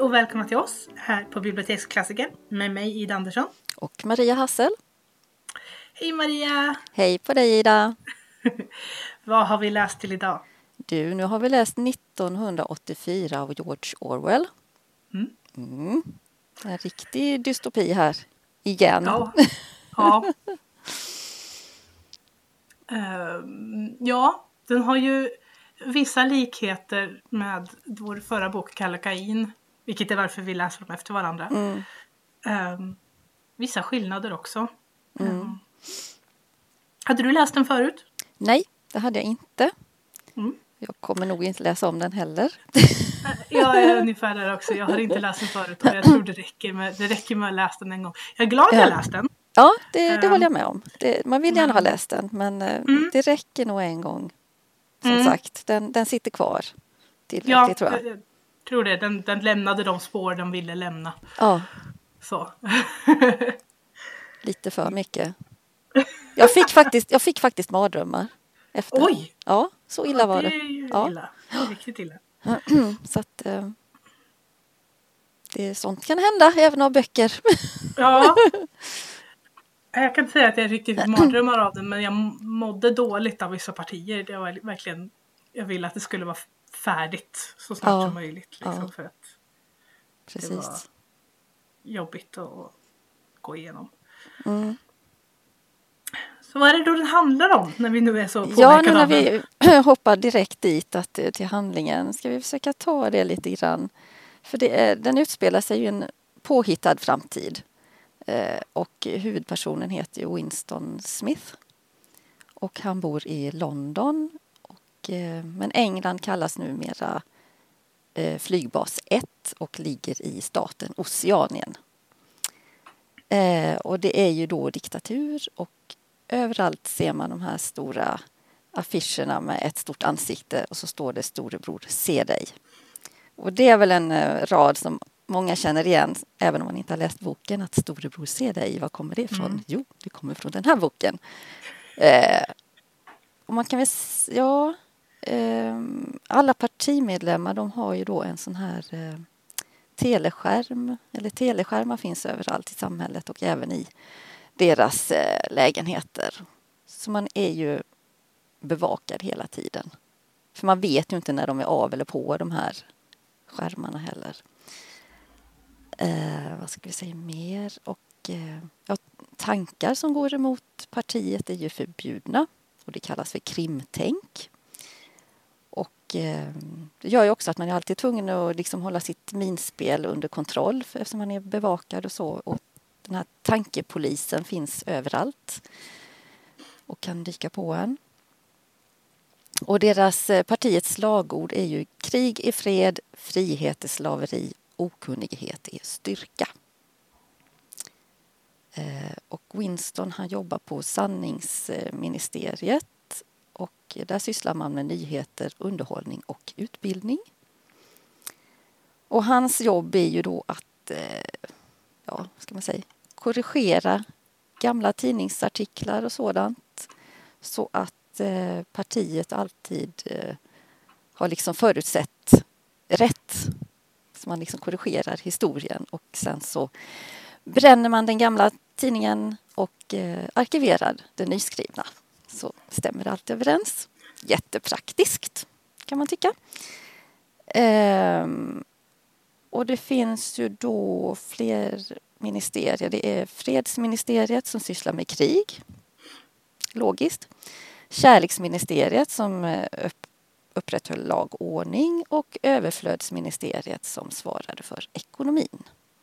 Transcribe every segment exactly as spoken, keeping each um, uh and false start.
och välkomna till oss här på Biblioteksklassiker med mig Ida Andersson. Och Maria Hassel. Hej Maria! Hej på dig Ida! Vad har vi läst till idag? Du, nu har vi läst nittonhundraåttiofyra av George Orwell. Mm. Mm. En riktig dystopi här igen. Ja, ja. uh, ja, den har ju vissa likheter med vår förra bok Kalle Kain, vilket är varför vi läser dem efter varandra. Mm. Uh, vissa skillnader också. Mm. Uh, hade du läst den förut? Nej, det hade jag inte. Mm. Jag kommer nog inte läsa om den heller. Jag är ungefär där också. Jag har inte läst den förut och jag tror det räcker med, det räcker med att läsa den en gång. Jag är glad att jag läst den. Ja, det, det um, håller jag med om. Det, man vill gärna men, ha läst den, men mm. det räcker nog en gång. Som mm. sagt, den, den sitter kvar. Ja, tror jag. jag tror det. Den, den lämnade de spår den ville lämna. Ja. Så. Lite för mycket. Jag fick faktiskt, jag fick faktiskt mardrömmar. Efter. Oj! Ja, så illa var det. Det är ju ja. illa. Det är riktigt illa. Så att eh, det, sånt kan hända även av böcker. Ja. Jag kan inte säga att jag riktigt fick mardrömmar av den, men jag mådde dåligt av vissa partier. Det var verkligen, jag ville att det skulle vara färdigt så snart ja. som möjligt. Liksom, Ja. för att Precis. det var jobbigt att gå igenom. Mm. Så vad är det då den handlar om när vi nu är så påverkade Ja, nu när av den? vi hoppar direkt dit att, till handlingen ska vi försöka ta det lite grann. För det är, den utspelar sig ju en påhittad framtid. Eh, och huvudpersonen heter ju Winston Smith. Och han bor i London. Och, eh, men England kallas numera eh, flygbas ett och ligger i staten Oceanien. Eh, och det är ju då diktatur och överallt ser man de här stora affischerna med ett stort ansikte och så står det storebror, se dig. Och det är väl en uh, rad som många känner igen, även om man inte har läst boken, att storebror, se dig, var kommer det ifrån? Mm. Jo, det kommer från den här boken. Eh, och man kan väl, ja, eh, alla partimedlemmar, de har ju då en sån här eh, teleskärm, eller teleskärmar finns överallt i samhället och även i deras eh, lägenheter. Så man är ju bevakad hela tiden. För man vet ju inte när de är av eller på de här skärmarna heller. Eh, vad ska vi säga mer? Och eh, ja, tankar som går emot partiet är ju förbjudna. Och det kallas för krimtänk. Och eh, det gör ju också att man är alltid tvungen att liksom hålla sitt minspel under kontroll. För eftersom man är bevakad och så. Och den här tankepolisen finns överallt och kan dyka på en. Och deras partiets slagord är ju krig är fred, frihet är slaveri, okunnighet är styrka. Eh, och Winston, han jobbar på sanningsministeriet och där sysslar man med nyheter, underhållning och utbildning. Och hans jobb är ju då att eh, ja, ska man säga, korrigera gamla tidningsartiklar och sådant så att eh, partiet alltid eh, har liksom förutsett rätt. Så man liksom korrigerar historien och sen så bränner man den gamla tidningen och eh, arkiverar den nyskrivna. Så stämmer det alltid överens. Jättepraktiskt kan man tycka. Ehm, och det finns ju då fler ministerier. Det är fredsministeriet som sysslar med krig. Logiskt. Kärleksministeriet som upprätthöll lag och ordning. Och överflödsministeriet som svarade för ekonomin.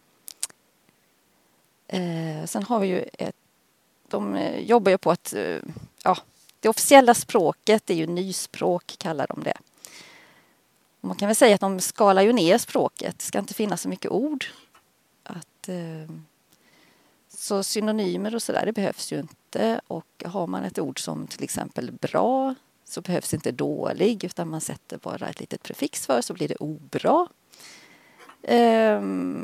Eh, sen har vi ju ett... De jobbar ju på att... Ja, det officiella språket är ju nyspråk, kallar de det. Och man kan väl säga att de skalar ju ner språket. Det ska inte finnas så mycket ord. Att, eh, så synonymer och sådär, det behövs ju inte. Och har man ett ord som till exempel bra så behövs inte dålig utan man sätter bara ett litet prefix för så blir det obra. Eh,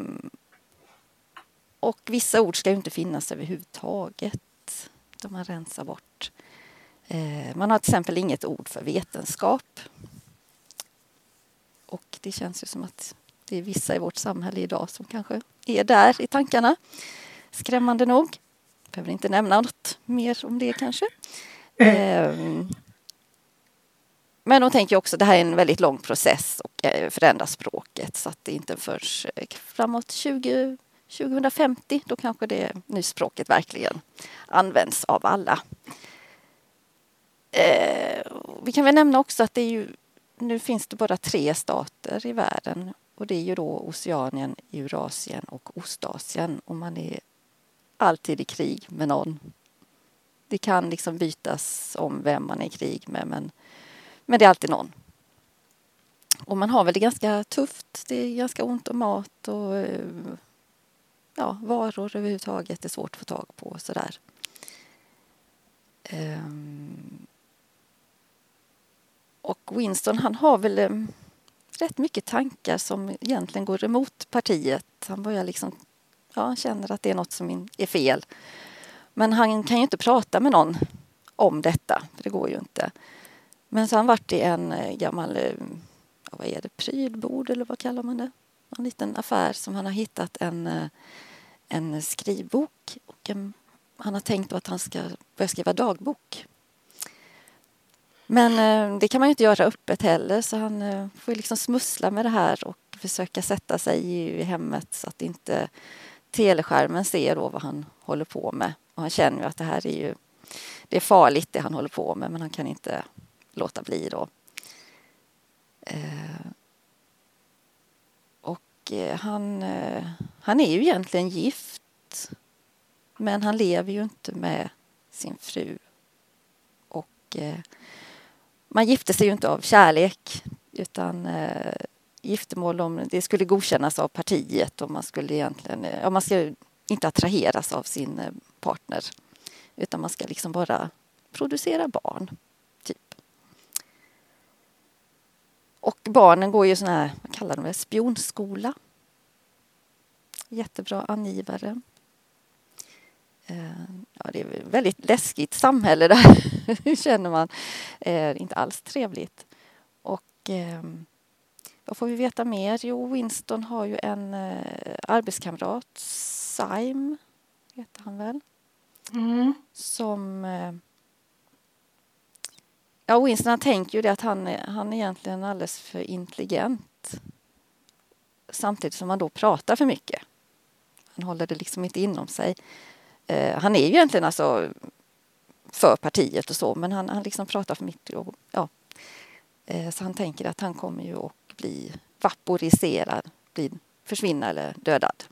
och vissa ord ska ju inte finnas överhuvudtaget. De man rensar bort. Eh, man har till exempel inget ord för vetenskap. Och det känns ju som att det är vissa i vårt samhälle idag som kanske är där i tankarna. Skrämmande nog. Jag behöver inte nämna något mer om det kanske. Mm. Men de tänker också att det här är en väldigt lång process och förändra språket så att det inte först framåt tjugo, tjugohundrafemtio då kanske det nyspråket verkligen används av alla. Eh, vi kan väl nämna också att det är ju, nu finns det bara tre stater i världen och det är ju då Oceanien, Eurasien och Ostasien och man är alltid i krig med någon. Det kan liksom bytas om vem man är i krig med men, men det är alltid någon. Och man har väl det ganska tufft, det är ganska ont om mat och ja, varor överhuvudtaget är svårt att få tag på och sådär. Um, och Winston han har väl um, rätt mycket tankar som egentligen går emot partiet. Han börjar liksom, ja han känner att det är något som är fel. Men han kan ju inte prata med någon om detta, för det går ju inte. Men så har han varit i en gammal, vad är det, prylbord eller vad kallar man det? En liten affär som han har hittat en, en skrivbok och en, han har tänkt att han ska börja skriva dagbok. Men det kan man ju inte göra öppet heller så han får liksom smussla med det här och försöka sätta sig i hemmet så att inte teleskärmen ser då vad han håller på med. Och han känner ju att det här är ju det är farligt det han håller på med men han kan inte låta bli då. Eh, och eh, han, eh, han är ju egentligen gift men han lever ju inte med sin fru. Och eh, man gifte sig ju inte av kärlek utan eh, giftermål om det skulle godkännas av partiet och man skulle egentligen, ja man ska inte attraheras av sin partner utan man ska liksom bara producera barn typ. Och barnen går ju sån här, vad kallar de det, spionskola. Jättebra angivare. Ja, det är ett väldigt läskigt samhälle där känner man. Inte alls trevligt. Och vad får vi veta mer? Jo, Winston har ju en eh, arbetskamrat, Syme heter han väl. Mm. Som... Eh, ja, Winston han tänker ju det att han, han är egentligen alldeles för intelligent. Samtidigt som han då pratar för mycket. Han håller det liksom inte inom sig. Eh, han är ju egentligen alltså för partiet och så, men han, han liksom pratar för mycket. Och, ja. eh, så han tänker att han kommer ju att bli vaporiserad, bli, försvinna eller dödad.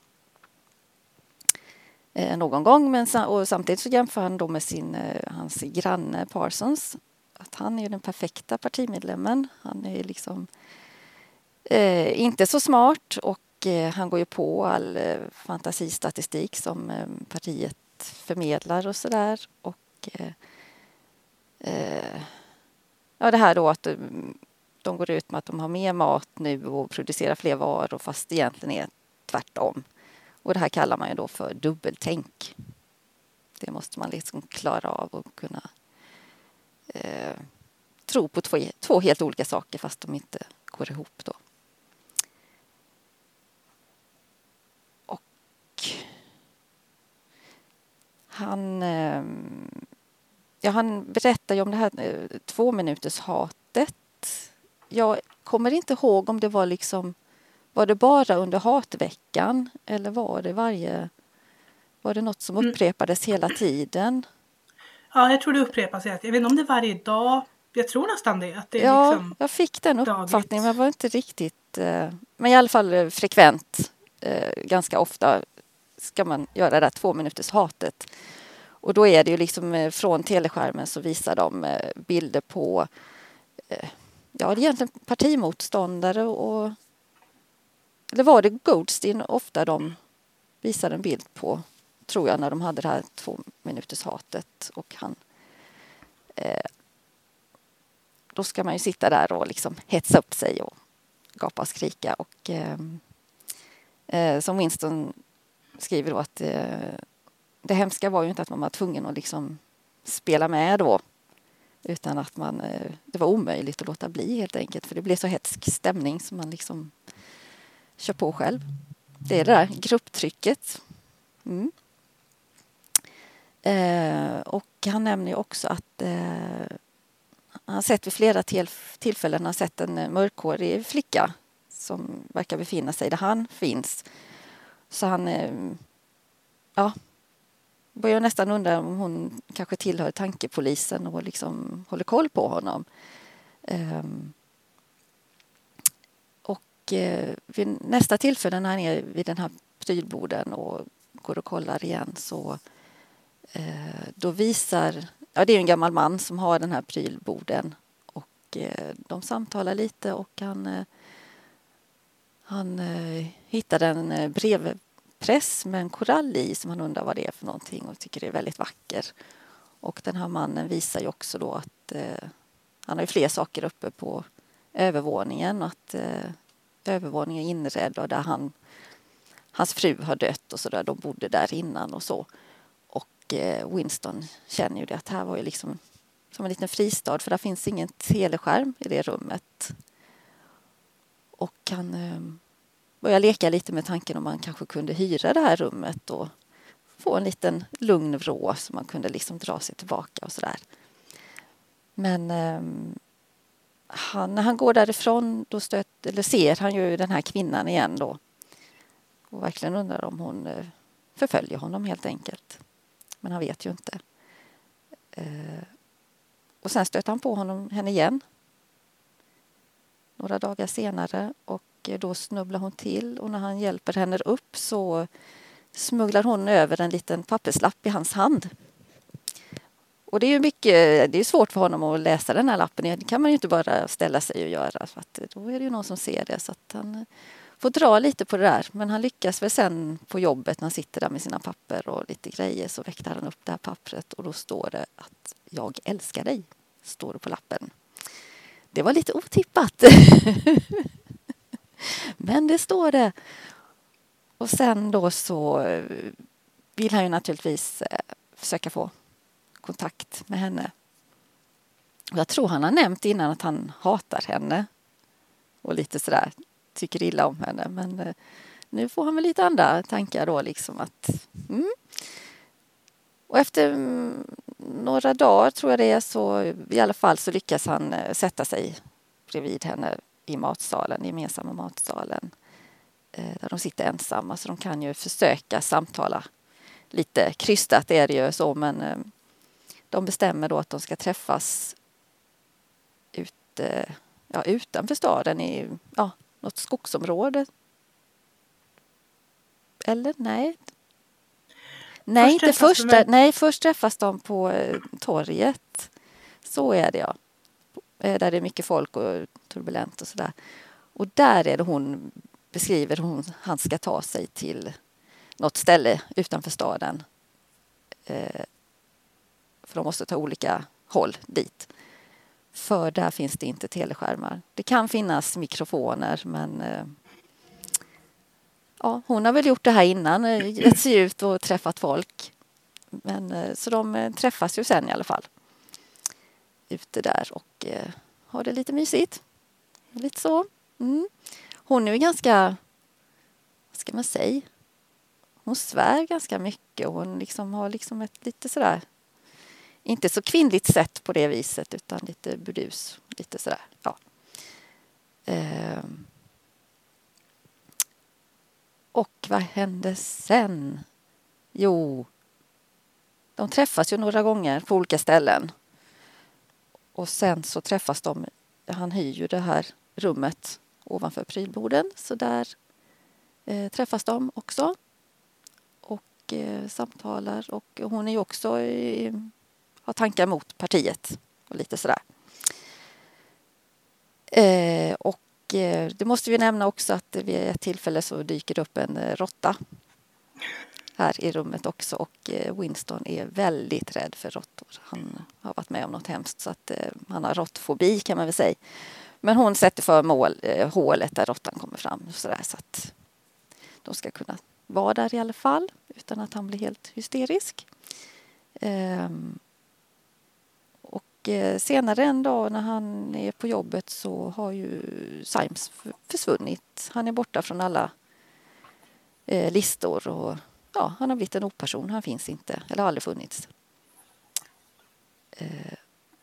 Eh, någon gång, men och samtidigt så jämför han då med sin, eh, hans granne Parsons. Att han är ju den perfekta partimedlemmen. Han är liksom eh, inte så smart och eh, han går ju på all eh, fantasistatistik som eh, partiet förmedlar och sådär. Och eh, eh, ja, det här då att de går ut med att de har mer mat nu och producerar fler varor fast det egentligen är tvärtom. Och det här kallar man ju då för dubbeltänk. Det måste man liksom klara av och kunna eh, tro på två, två helt olika saker fast de inte går ihop då. Och han, eh, ja, han berättar ju om det här eh, två minuters hatet. Jag kommer inte ihåg om det var liksom var det bara under hatveckan eller var det varje var det något som upprepades hela tiden? Ja, jag tror det upprepas. Jag vet inte om det är varje dag. Jag tror nästan det. Att det är ja, liksom jag fick den uppfattningen dagligt. men jag var inte riktigt eh, men i alla fall frekvent eh, ganska ofta ska man göra det där två minuters hatet. Och då är det ju liksom eh, från teleskärmen så visar de eh, bilder på eh, ja, det är egentligen partimotståndare och eller var det Goldstein ofta de visade en bild på, tror jag, när de hade det här två minuters hatet och han eh, då ska man ju sitta där och liksom hetsa upp sig och gapa och skrika och eh, eh, som Winston skriver då att eh, det hemska var ju inte att man var tvungen att liksom spela med då utan att man eh, det var omöjligt att låta bli helt enkelt för det blev så hetsk stämning som man liksom kör på själv. Det är det där grupptrycket. Mm. Eh, och han nämner ju också att eh, han har sett vid flera till- tillfällen har sett en mörkhårig flicka som verkar befinna sig där han finns. Så han eh, ja, börjar nästan undra om hon kanske tillhör tankepolisen och liksom håller koll på honom. Eh, och eh, vid nästa tillfälle när han är vid den här prylboden och går och kollar igen så eh, då visar, ja det är en gammal man som har den här prylboden och eh, de samtalar lite och han eh, han eh, hittar en eh, brevpress med en korall i som han undrar vad det är för någonting och tycker det är väldigt vacker. Och den här mannen visar ju också då att eh, han har ju fler saker uppe på övervåningen och att eh, övervåningen är inredd och där han, hans fru har dött och så där, de bodde där innan och så. Och eh, Winston känner ju det att här var ju liksom som en liten fristad för där finns ingen teleskärm i det rummet. Och han eh, börjar leka lite med tanken om man kanske kunde hyra det här rummet och få en liten lugn vrå så man kunde liksom dra sig tillbaka och sådär. Men eh, han, när han går därifrån då stöt, eller ser han ju den här kvinnan igen då. Och verkligen undrar om hon eh, förföljer honom helt enkelt. Men han vet ju inte. Eh, och sen stöter han på honom, henne igen. Några dagar senare och då snubblar hon till och när han hjälper henne upp så smugglar hon över en liten papperslapp i hans hand. Och det är ju mycket, det är svårt för honom att läsa den här lappen. Det kan man ju inte bara ställa sig och göra för att då är det ju någon som ser det så att han får dra lite på det där. Men han lyckas väl sen på jobbet när han sitter där med sina papper och lite grejer så väckte han upp det här pappret och då står det att jag älskar dig, står det på lappen. Det var lite otippat. Men det står det. Och sen då så vill han ju naturligtvis försöka få kontakt med henne. Och jag tror han har nämnt innan att han hatar henne. Och lite sådär tycker illa om henne. Men nu får han väl lite andra tankar då liksom att... Mm. Och efter några dagar tror jag det är så i alla fall så lyckas han sätta sig bredvid henne i matsalen, i gemensamma matsalen. Där de sitter ensamma så de kan ju försöka samtala. Lite krystat är det ju så men de bestämmer då att de ska träffas ute, ja, utanför staden i ja, något skogsområde. Eller nej. Nej, först inte först. Med... Nej, först träffas de på eh, torget. Så är det ja. Eh, där det är mycket folk och turbulent och sådär. Och där är det hon beskriver hon han ska ta sig till något ställe utanför staden. Eh, för de måste ta olika håll dit. För där finns det inte teleskärmar. Det kan finnas mikrofoner men eh, ja, hon har väl gjort det här innan, gett sig ut och träffat folk. Men, eh, så de eh, träffas ju sen i alla fall. Ute där och eh, har det lite mysigt. Lite så. Mm. Hon är ju ganska, vad ska man säga? Hon svär ganska mycket och hon liksom har liksom ett lite sådär, inte så kvinnligt sätt på det viset utan lite burdus, lite sådär, ja. Ehm. Och vad hände sen? Jo, de träffas ju några gånger på olika ställen. Och sen så träffas de, han hyr ju det här rummet ovanför prylborden. Så där eh, träffas de också. Och eh, samtalar. Och hon är ju också, eh, har tankar mot partiet. Och lite sådär. Eh, och det måste vi nämna också att vid ett tillfälle så dyker det upp en råtta här i rummet också och Winston är väldigt rädd för råttor. Han har varit med om något hemskt så att han har råttfobi kan man väl säga. Men hon sätter för mål hålet där råttan kommer fram så, där, så att de ska kunna vara där i alla fall utan att han blir helt hysterisk. Och Och eh, senare en dag när han är på jobbet så har ju Symes försvunnit. Han är borta från alla eh, listor och ja, han har blivit en operson. Han finns inte, eller har aldrig funnits. Eh,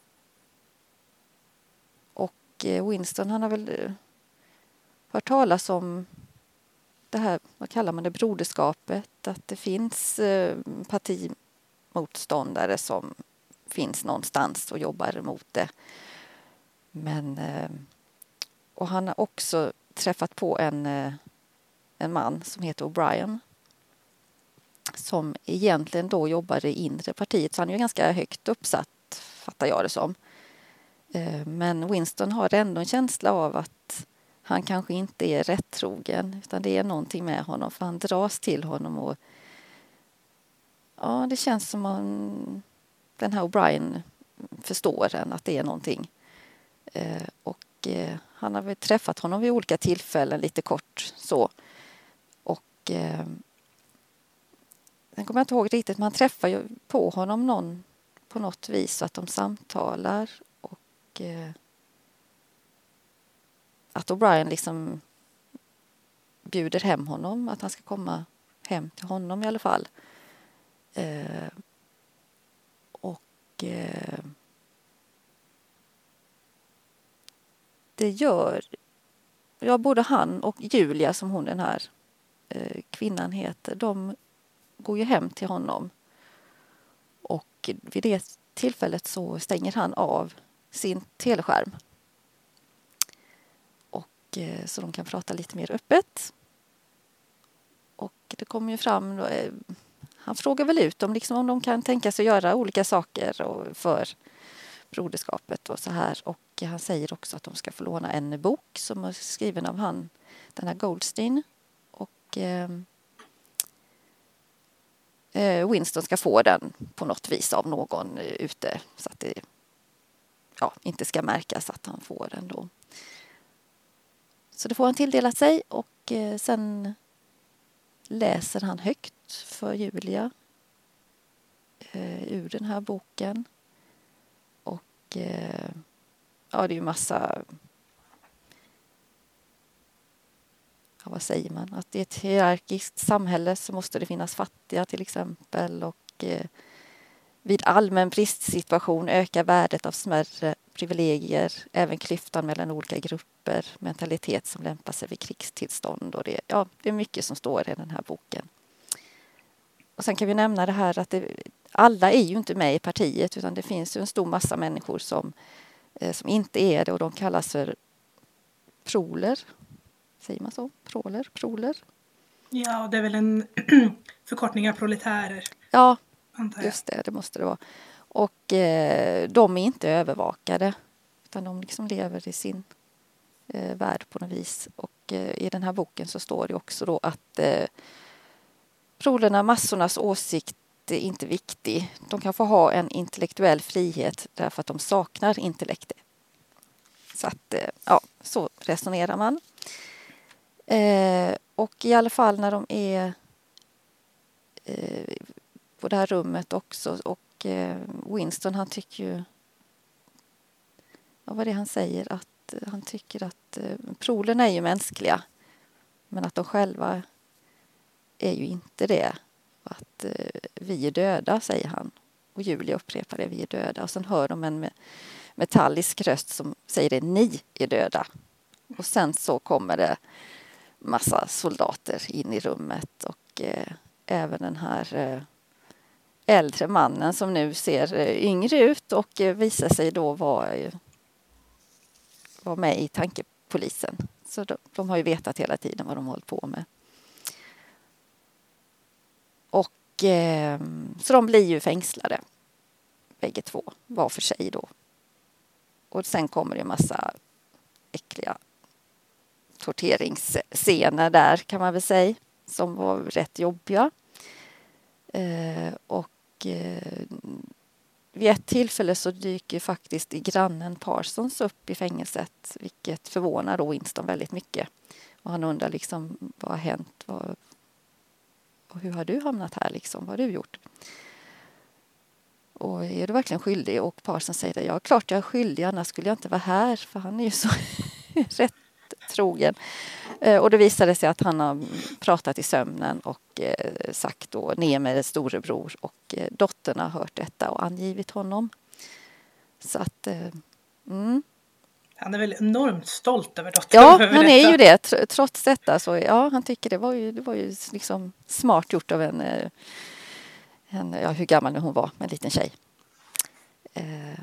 och eh, Winston, han har väl eh, hört talas om det här, vad kallar man det, broderskapet. Att det finns eh, partimotståndare som finns någonstans och jobbar emot det. Men, eh, och han har också träffat på en, eh, en man som heter O'Brien. Som egentligen då jobbar i inre partiet. Så han är ju ganska högt uppsatt, fattar jag det som. Eh, men Winston har ändå en känsla av att han kanske inte är rättrogen. Utan det är någonting med honom. För han dras till honom. Och ja, det känns som om den här O'Brien förstår en att det är någonting. Eh, och eh, han har väl träffat honom vid olika tillfällen lite kort så. Och eh, sen kommer jag inte ihåg riktigt, men han träffar ju på honom någon på något vis så att de samtalar. Och eh, att O'Brien liksom bjuder hem honom, att han ska komma hem till honom i alla fall. Eh, och eh, det gör ja, både han och Julia, som hon den här eh, kvinnan heter, de går ju hem till honom. Och vid det tillfället så stänger han av sin teleskärm. Och eh, så de kan prata lite mer öppet. Och det kommer ju fram, eh, han frågar väl ut dem liksom om de kan tänka sig att göra olika saker och för broderskapet och så här. Och han säger också att de ska få låna en bok som är skriven av han, den här Goldstein. Och eh, Winston ska få den på något vis av någon ute så att det ja, inte ska märkas att han får den då. Så det får han tilldelat sig och eh, sen läser han högt för Julia eh, ur den här boken. Och eh, ja, det är ju massa, ja, vad säger man? Att i ett hierarkiskt samhälle så måste det finnas fattiga till exempel. Och eh, vid allmän bristsituation ökar värdet av smärre privilegier. Även klyftan mellan olika grupper. Mentalitet som lämpar sig vid krigstillstånd. Och det, ja, det är mycket som står i den här boken. Och sen kan vi nämna det här att det, alla är ju inte med i partiet. Utan det finns ju en stor massa människor som, eh, som inte är det. Och de kallas för proler. Säger man så? Proler? Proler? Ja, det är väl en förkortning av proletärer. Ja, just det. Det måste det vara. Och eh, de är inte övervakade. Utan de liksom lever i sin eh, värld på något vis. Och eh, i den här boken så står det också då att eh, prolerna, massornas åsikt är inte viktig. De kan få ha en intellektuell frihet därför att de saknar intellekt. Så att, eh, ja, så resonerar man. Eh, och i alla fall när de är eh, på det här rummet också och eh, Winston, han tycker ju, vad var det han säger, att eh, han tycker att eh, prolerna är ju mänskliga men att de själva är ju inte det. Att eh, vi är döda, säger han. Och Julia upprepar det, vi är döda. Och sen hör de en metallisk röst som säger det, ni är döda. Och sen så kommer det massa soldater in i rummet och eh, även den här eh, äldre mannen som nu ser eh, yngre ut och eh, visar sig då vara, eh, vara med i tankepolisen. Så de, de har ju vetat hela tiden vad de håller på med. Och eh, så de blir ju fängslade bägge två, var för sig då. Och sen kommer det en massa äckliga torteringsscener där kan man väl säga som var rätt jobbiga. Eh, och eh, vid ett tillfälle så dyker faktiskt grannen Parsons upp i fängelset, vilket förvånar då Winston väldigt mycket. Och han undrar liksom, vad har hänt? Vad, och hur har du hamnat här liksom? Vad har du gjort? Och är du verkligen skyldig? Och Parsons säger, ja klart jag är skyldig, annars skulle jag inte vara här. För han är ju så rätt trogen. Eh, och det visade sig att han har pratat i sömnen och eh, sagt då ner med storebror. Och eh, dottern har hört detta och angivit honom. Så att... Eh, mm. Han är väl enormt stolt över dottern. Ja, han är ju det. Trots detta så ja, han tycker det var ju, det var ju liksom smart gjort av en, en ja, hur gammal nu hon var, en liten tjej. Eh,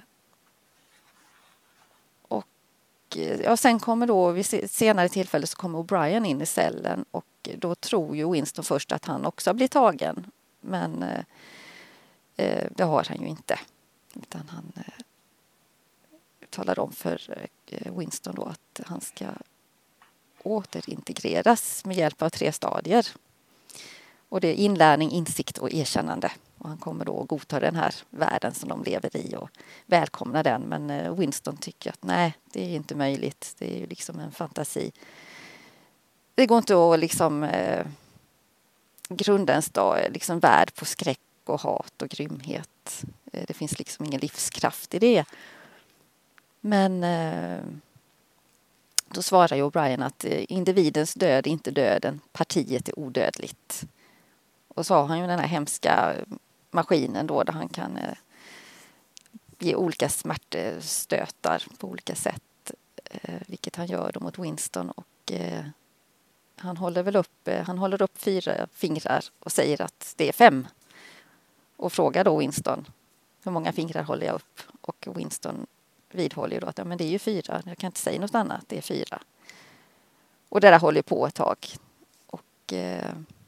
och ja, sen kommer då, vid senare tillfälle så kommer O'Brien in i cellen och då tror ju Winston först att han också blir tagen. Men eh, det har han ju inte. Utan han eh, talar om för Winston då att han ska återintegreras med hjälp av tre stadier. Och det är inlärning, insikt och erkännande. Och han kommer då att godta den här världen som de lever i och välkomna den. Men Winston tycker att nej, det är inte möjligt. Det är ju liksom en fantasi. Det går inte att liksom eh, grunda en stad, liksom värld på skräck och hat och grymhet. Eh, det finns liksom ingen livskraft i det. Men eh, då svarar ju O'Brien att eh, individens död är inte döden, partiet är odödligt. Och så har han ju den här hemska maskinen då där han kan eh, ge olika smärtstötar på olika sätt. Eh, vilket han gör då mot Winston och eh, han håller väl upp, eh, han håller upp fyra fingrar och säger att det är fem. Och frågar då Winston, hur många fingrar håller jag upp? Och Winston vidhåller ju då att ja, men det är ju fyra. Jag kan inte säga något annat. Det är fyra. Och det där håller på ett tag. Och eh,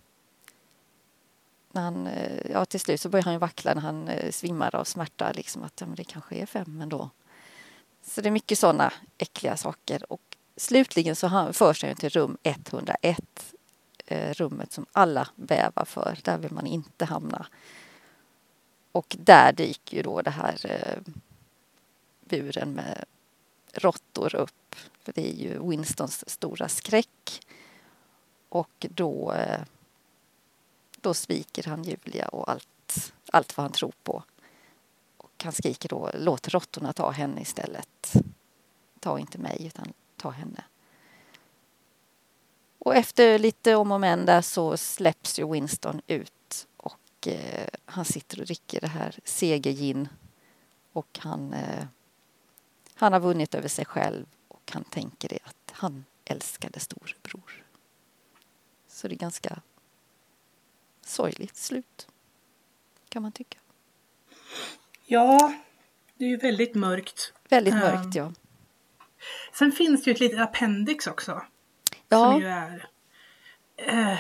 när han, eh, ja, till slut så börjar han ju vackla när han eh, svimmar av smärta. Liksom att ja, men det kanske är fem ändå. Så det är mycket sådana äckliga saker. Och slutligen så han, förs han ju till rum etthundraett. Eh, rummet som alla bävar för. Där vill man inte hamna. Och där dyker ju då det här... Eh, buren med råttor upp. För det är ju Winstons stora skräck. Och då, då sviker han Julia och allt, allt vad han tror på. Och han skriker då, låt råttorna ta henne istället. Ta inte mig utan ta henne. Och efter lite om och men där så släpps ju Winston ut. Och eh, han sitter och dricker det här segergin. Och han... Eh, Han har vunnit över sig själv och han tänker det att han älskade storebror. Så det är ganska sorgligt slut, kan man tycka. Ja, det är ju väldigt mörkt. Väldigt mörkt, um, ja. Sen finns det ju ett litet appendix också. Ja. Som ju är... Uh,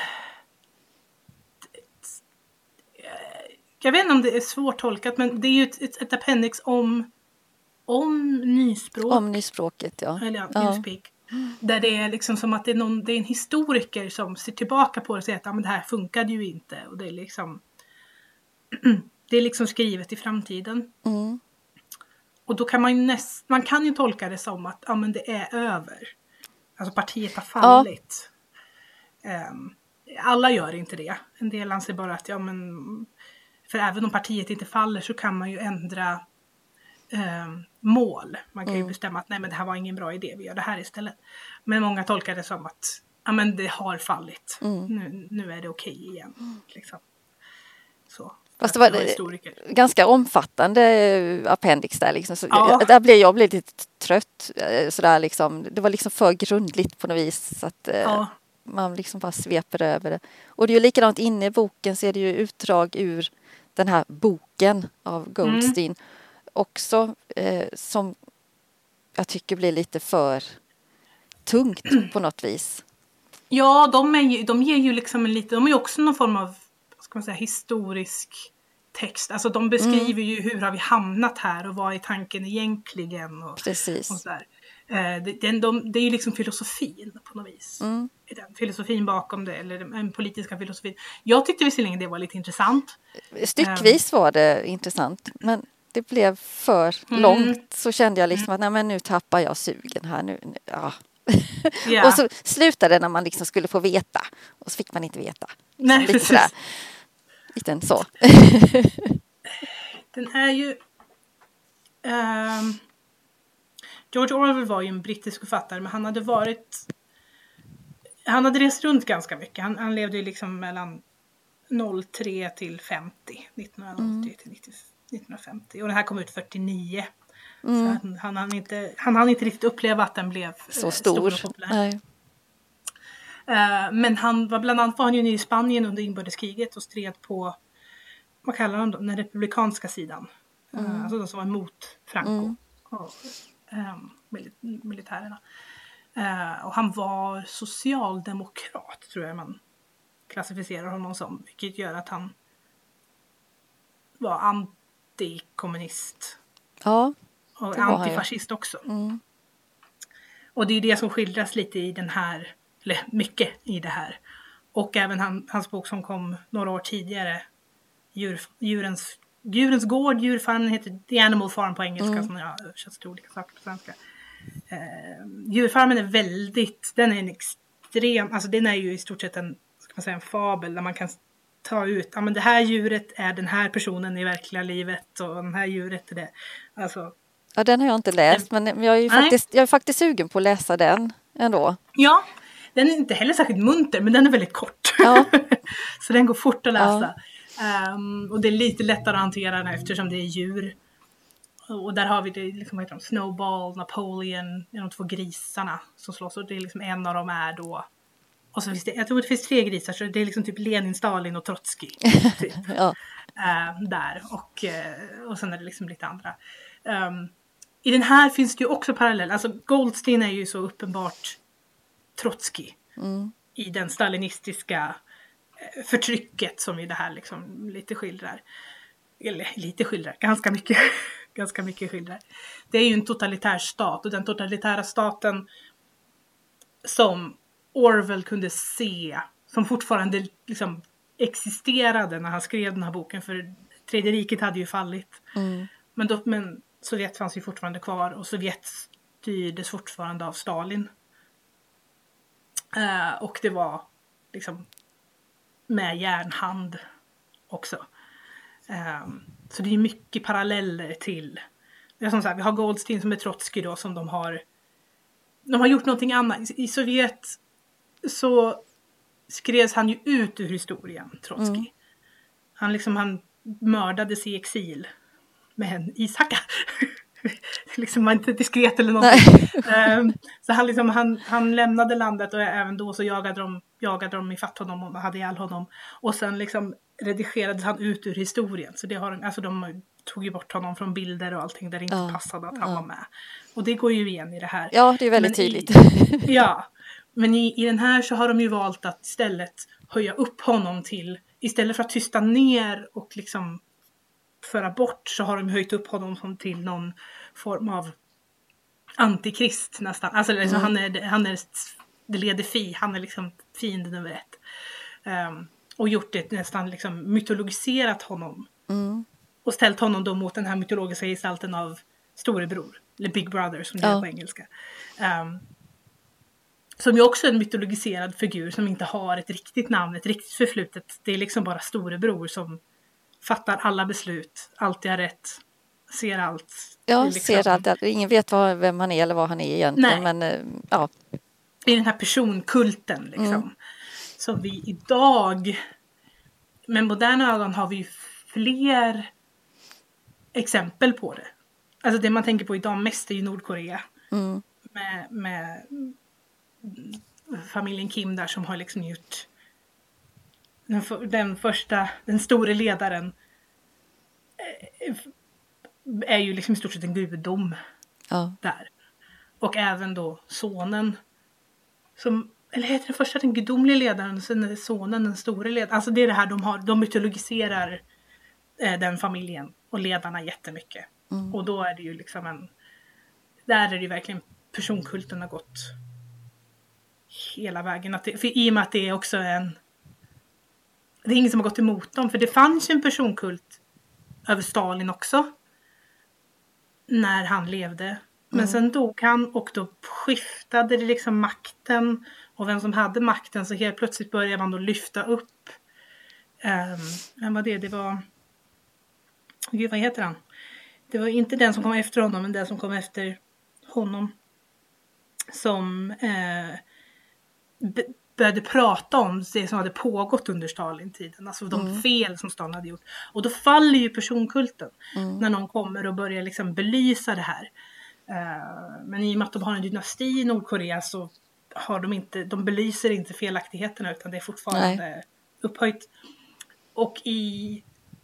jag vet inte om det är svårt tolkat, men det är ju ett, ett, ett appendix om... Om nyspråk. Om nyspråket, ja. Eller ja, ja. Newspeak. Där det är liksom som att det är, någon, det är en historiker som ser tillbaka på det och säger att ja, men det här funkade ju inte. Och det är liksom det är liksom skrivet i framtiden. Mm. Och då kan man ju näst, man kan ju tolka det som att ja, men det är över. Alltså partiet har fallit. Ja. Um, alla gör inte det. En del anser bara att ja men för även om partiet inte faller så kan man ju ändra Eh, mål. Man kan ju mm. bestämma att nej men det här var ingen bra idé, vi gör det här istället. Men många tolkar det som att ja men det har fallit. Mm. Nu, nu är det okej igen. Mm. Liksom. Så. Fast det var det, ganska omfattande appendix där liksom. Så ja. Där blev jag blev lite trött sådär liksom. Det var liksom för grundligt på något vis så att ja. Man liksom bara sveper över det. Och det är ju likadant inne i boken så är det ju utdrag ur den här boken av Goldstein. Mm. Också eh, som jag tycker blir lite för tungt på något vis. Ja, de, är ju, de ger ju liksom en lite, de är ju också någon form av vad ska man säga, historisk text. Alltså de beskriver mm. ju hur har vi hamnat här och vad är tanken egentligen. Och, Precis. Och så där. Eh, det, det, de, det är ju liksom filosofin på något vis. Mm. Den filosofin bakom det, eller den politiska filosofin. Jag tyckte visserligen det var lite intressant. Styckvis var det intressant, men det blev för mm. långt så kände jag liksom att nej, men nu tappar jag sugen här nu. nu ja. Yeah. Och så slutade det när man liksom skulle få veta och så fick man inte veta. Nej, lite sådär. Lite så. Den är ju... Um, George Orwell var ju en brittisk författare, men han hade varit... Han hade rest runt ganska mycket. Han, han levde ju liksom mellan noll tre till femtio. nittonhundranoll tre mm. till nittio, nittonhundrafemtio. Och den här kom ut fyrtionio. Mm. Så han, han, han, inte, han hann inte riktigt uppleva att den blev så stor. stor och populär. Nej. Uh, men han var bland annat var han ju i Spanien under inbördeskriget och stred på, vad kallar de då, den republikanska sidan. Mm. Uh, alltså de som var emot Franco mm. och um, mil- militärerna. Uh, och han var socialdemokrat, tror jag man klassificerar honom som. Vilket gör att han var antikommunist. Ja. Och antifascist också. Mm. Och det är det som skildras lite i den här, eller mycket i det här. Och även han, hans bok som kom några år tidigare, djur, djurens, djurens gård, djurfarmen, heter The Animal Farm på engelska, mm. som jag översatt till olika saker på svenska. Uh, djurfarmen är väldigt, den är en extrem, alltså den är ju i stort sett en, ska man säga, en fabel där man kan ta ut, ja men det här djuret är den här personen i verkliga livet och den här djuret är det, alltså. Ja, den har jag inte läst, men jag är ju faktiskt, jag är faktiskt sugen på att läsa den ändå. Ja, den är inte heller särskilt munter, men den är väldigt kort. Ja. Så den går fort att läsa. Ja. Um, och det är lite lättare att hantera den eftersom det är djur. Och där har vi det, liksom, vad heter de? Snowball, Napoleon, de två grisarna som slåss. Och det är liksom, en av dem är då, och så finns det, jag tror det finns tre grisar, så det är liksom typ Lenin, Stalin och Trotsky. Typ. Ja. Uh, där, och, uh, och sen är det liksom lite andra. Um, I den här finns det ju också parallell. Alltså Goldstein är ju så uppenbart Trotsky. Mm. I den stalinistiska uh, förtrycket som ju det här liksom lite skildrar. Eller lite skildrar, ganska mycket. ganska mycket skildrar. Det är ju en totalitär stat, och den totalitära staten som Orwell kunde se, som fortfarande liksom existerade när han skrev den här boken, för Tredje riket hade ju fallit. Mm. Men, då, men Sovjet fanns ju fortfarande kvar, och Sovjet styrdes fortfarande av Stalin. Uh, och det var liksom med järnhand också. Um, så det är mycket paralleller till, det är som sagt, vi har Goldstein som är Trotsky då, som de har de har gjort någonting annat. I Sovjet så skrevs han ju ut ur historien, Trotsky. Mm. Han liksom, han mördades i exil med en ishacka. Liksom man inte diskret eller någonting. um, så han, liksom, han, han lämnade landet, och även då så jagade de, jagade de ifatt honom och hade ihjäl honom. Och sen liksom redigerades han ut ur historien. Så det har, alltså de tog ju bort honom från bilder och allting där det inte ja, passade att han ja. var med. Och det går ju igen i det här. Ja, det är väldigt men tydligt. I, ja, men i, i den här så har de ju valt att istället höja upp honom till, istället för att tysta ner och liksom föra bort, så har de höjt upp honom som till någon form av antikrist nästan. Alltså mm. han är, han är det leder fi, han är liksom fiende nummer ett. Um, och gjort det nästan liksom mytologiserat honom. Mm. Och ställt honom då mot den här mytologiska gestalten av storebror. Eller Big Brother som det är ja. på engelska. Um, som ju också är en mytologiserad figur som inte har ett riktigt namn, ett riktigt förflutet. Det är liksom bara storebror som fattar alla beslut, alltid har rätt, ser allt. Ja, liksom. ser allt. Ingen vet vad, vem han är eller vad han är egentligen. Nej. Men, ja. I den här personkulten liksom. Mm. Som vi idag, med moderna ögon, har vi fler exempel på det. Alltså det man tänker på idag mest är ju Nordkorea. Mm. Med, med familjen Kim där, som har liksom gjort den, för, den första, den store ledaren är ju liksom i stort sett en gudom ja. där. Och även då sonen som, eller heter det första den gudomliga ledaren, och sen är det sonen den store ledaren. Alltså det är det här de har, de mytologiserar eh, den familjen och ledarna jättemycket. Mm. Och då är det ju liksom en, där är det ju verkligen personkulten har gått hela vägen. Att det, för i och med att det är också en, det är ingen som har gått emot dem, för det fanns ju en personkult över Stalin också när han levde. Men mm. sen dog han, och då skiftade det liksom makten, och vem som hade makten, så helt plötsligt började man då lyfta upp um, vem var det? Det var Gud, vad heter han? Det var inte den som kom efter honom, men den som kom efter honom. Som eh, b- började prata om det som hade pågått under Stalin-tiden. Alltså de mm. fel som Stalin hade gjort. Och då faller ju personkulten. Mm. När någon kommer och börjar liksom belysa det här. Uh, men i och med att de har en dynasti i Nordkorea så har de inte, de belyser inte felaktigheterna, utan det är fortfarande Nej. upphöjt. Och i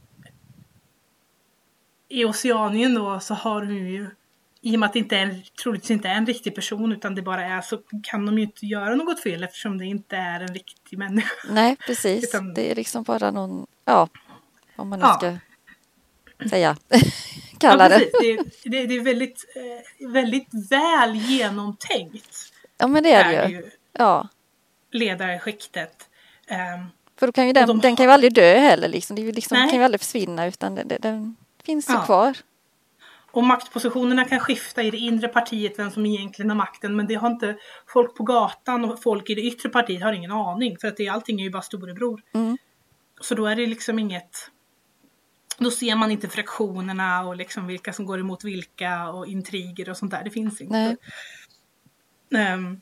i Oceanien då så har de ju, i och med att det inte är, troligtvis inte är en riktig person utan det bara är, så kan de ju inte göra något fel eftersom det inte är en riktig människa. Nej, precis. Utan, det är liksom bara någon, ja, om man nu ja. ska säga, kalla ja, det. det. Det, det är väldigt, väldigt väl genomtänkt. Ja, men det är det ju. ju ja. Ledarskiktet. Um, För då kan ju den, de den kan ju aldrig dö heller. Liksom. Det är ju liksom, kan ju aldrig försvinna, utan det, det, den finns ju ja. kvar. Och maktpositionerna kan skifta i det inre partiet, vem som egentligen har makten. Men det har inte folk på gatan och folk i det yttre partiet har ingen aning. För att det, allting är ju bara storebror. Mm. Så då är det liksom inget... Då ser man inte fraktionerna och liksom vilka som går emot vilka och intriger och sånt där. Det finns inte. Um,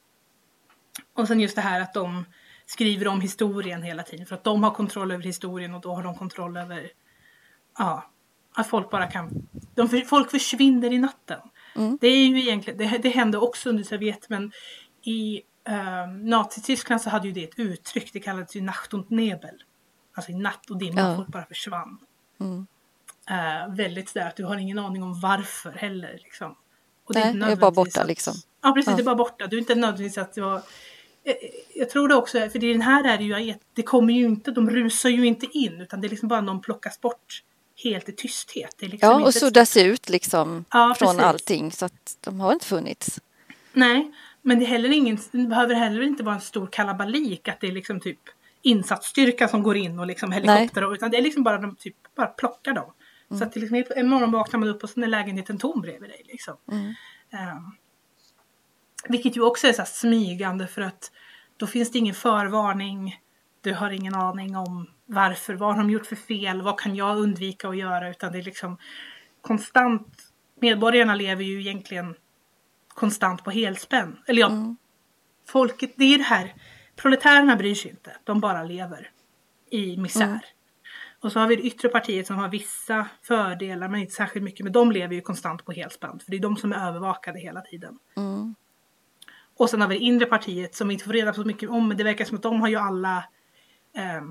och sen just det här att de skriver om historien hela tiden. För att de har kontroll över historien och då har de kontroll över... Ja, att folk bara kan... De, folk försvinner i natten. Mm. Det är ju egentligen... Det, det hände också under Sovjet, men i um, Nazityskland så hade ju det ett uttryck. Det kallades ju Nacht und Nebel. Alltså i natt och dimma. Ja. Folk bara försvann. Mm. Uh, väldigt sådär att du har ingen aning om varför heller liksom. Och det Nej, är, det är bara borta att, liksom. Ja, precis, ja. det är bara borta. Du är inte nödvändigtvis att det var... Jag, jag tror det också, för det är den här är det ju, det kommer ju inte, de rusar ju inte in, utan det är liksom bara någon plockas bort helt i tysthet. Det är liksom ja, och suddas ut liksom ja, från allting, så att de har inte funnits. Nej, men det är heller ingen, det behöver heller inte vara en stor kalabalik, att det är liksom typ insatsstyrka som går in och liksom helikopter, utan det är liksom bara de typ bara plockar dem. Mm. Så att det liksom, en morgon vaknar man upp och så är lägenheten tom bredvid dig liksom. Mm. Um, vilket ju också är så här smygande, för att då finns det ingen förvarning. Du har ingen aning om varför, vad har de gjort för fel, vad kan jag undvika att göra, utan det är liksom konstant, medborgarna lever ju egentligen konstant på helspänn. Eller ja, mm. folket, det är det här, proletärerna bryr sig inte, de bara lever i misär. Mm. Och så har vi det yttre partiet som har vissa fördelar men inte särskilt mycket, men de lever ju konstant på helspänn, för det är de som är övervakade hela tiden. Mm. Och sen har vi det inre partiet som inte får reda på så mycket om, men det verkar som att de har ju alla eh,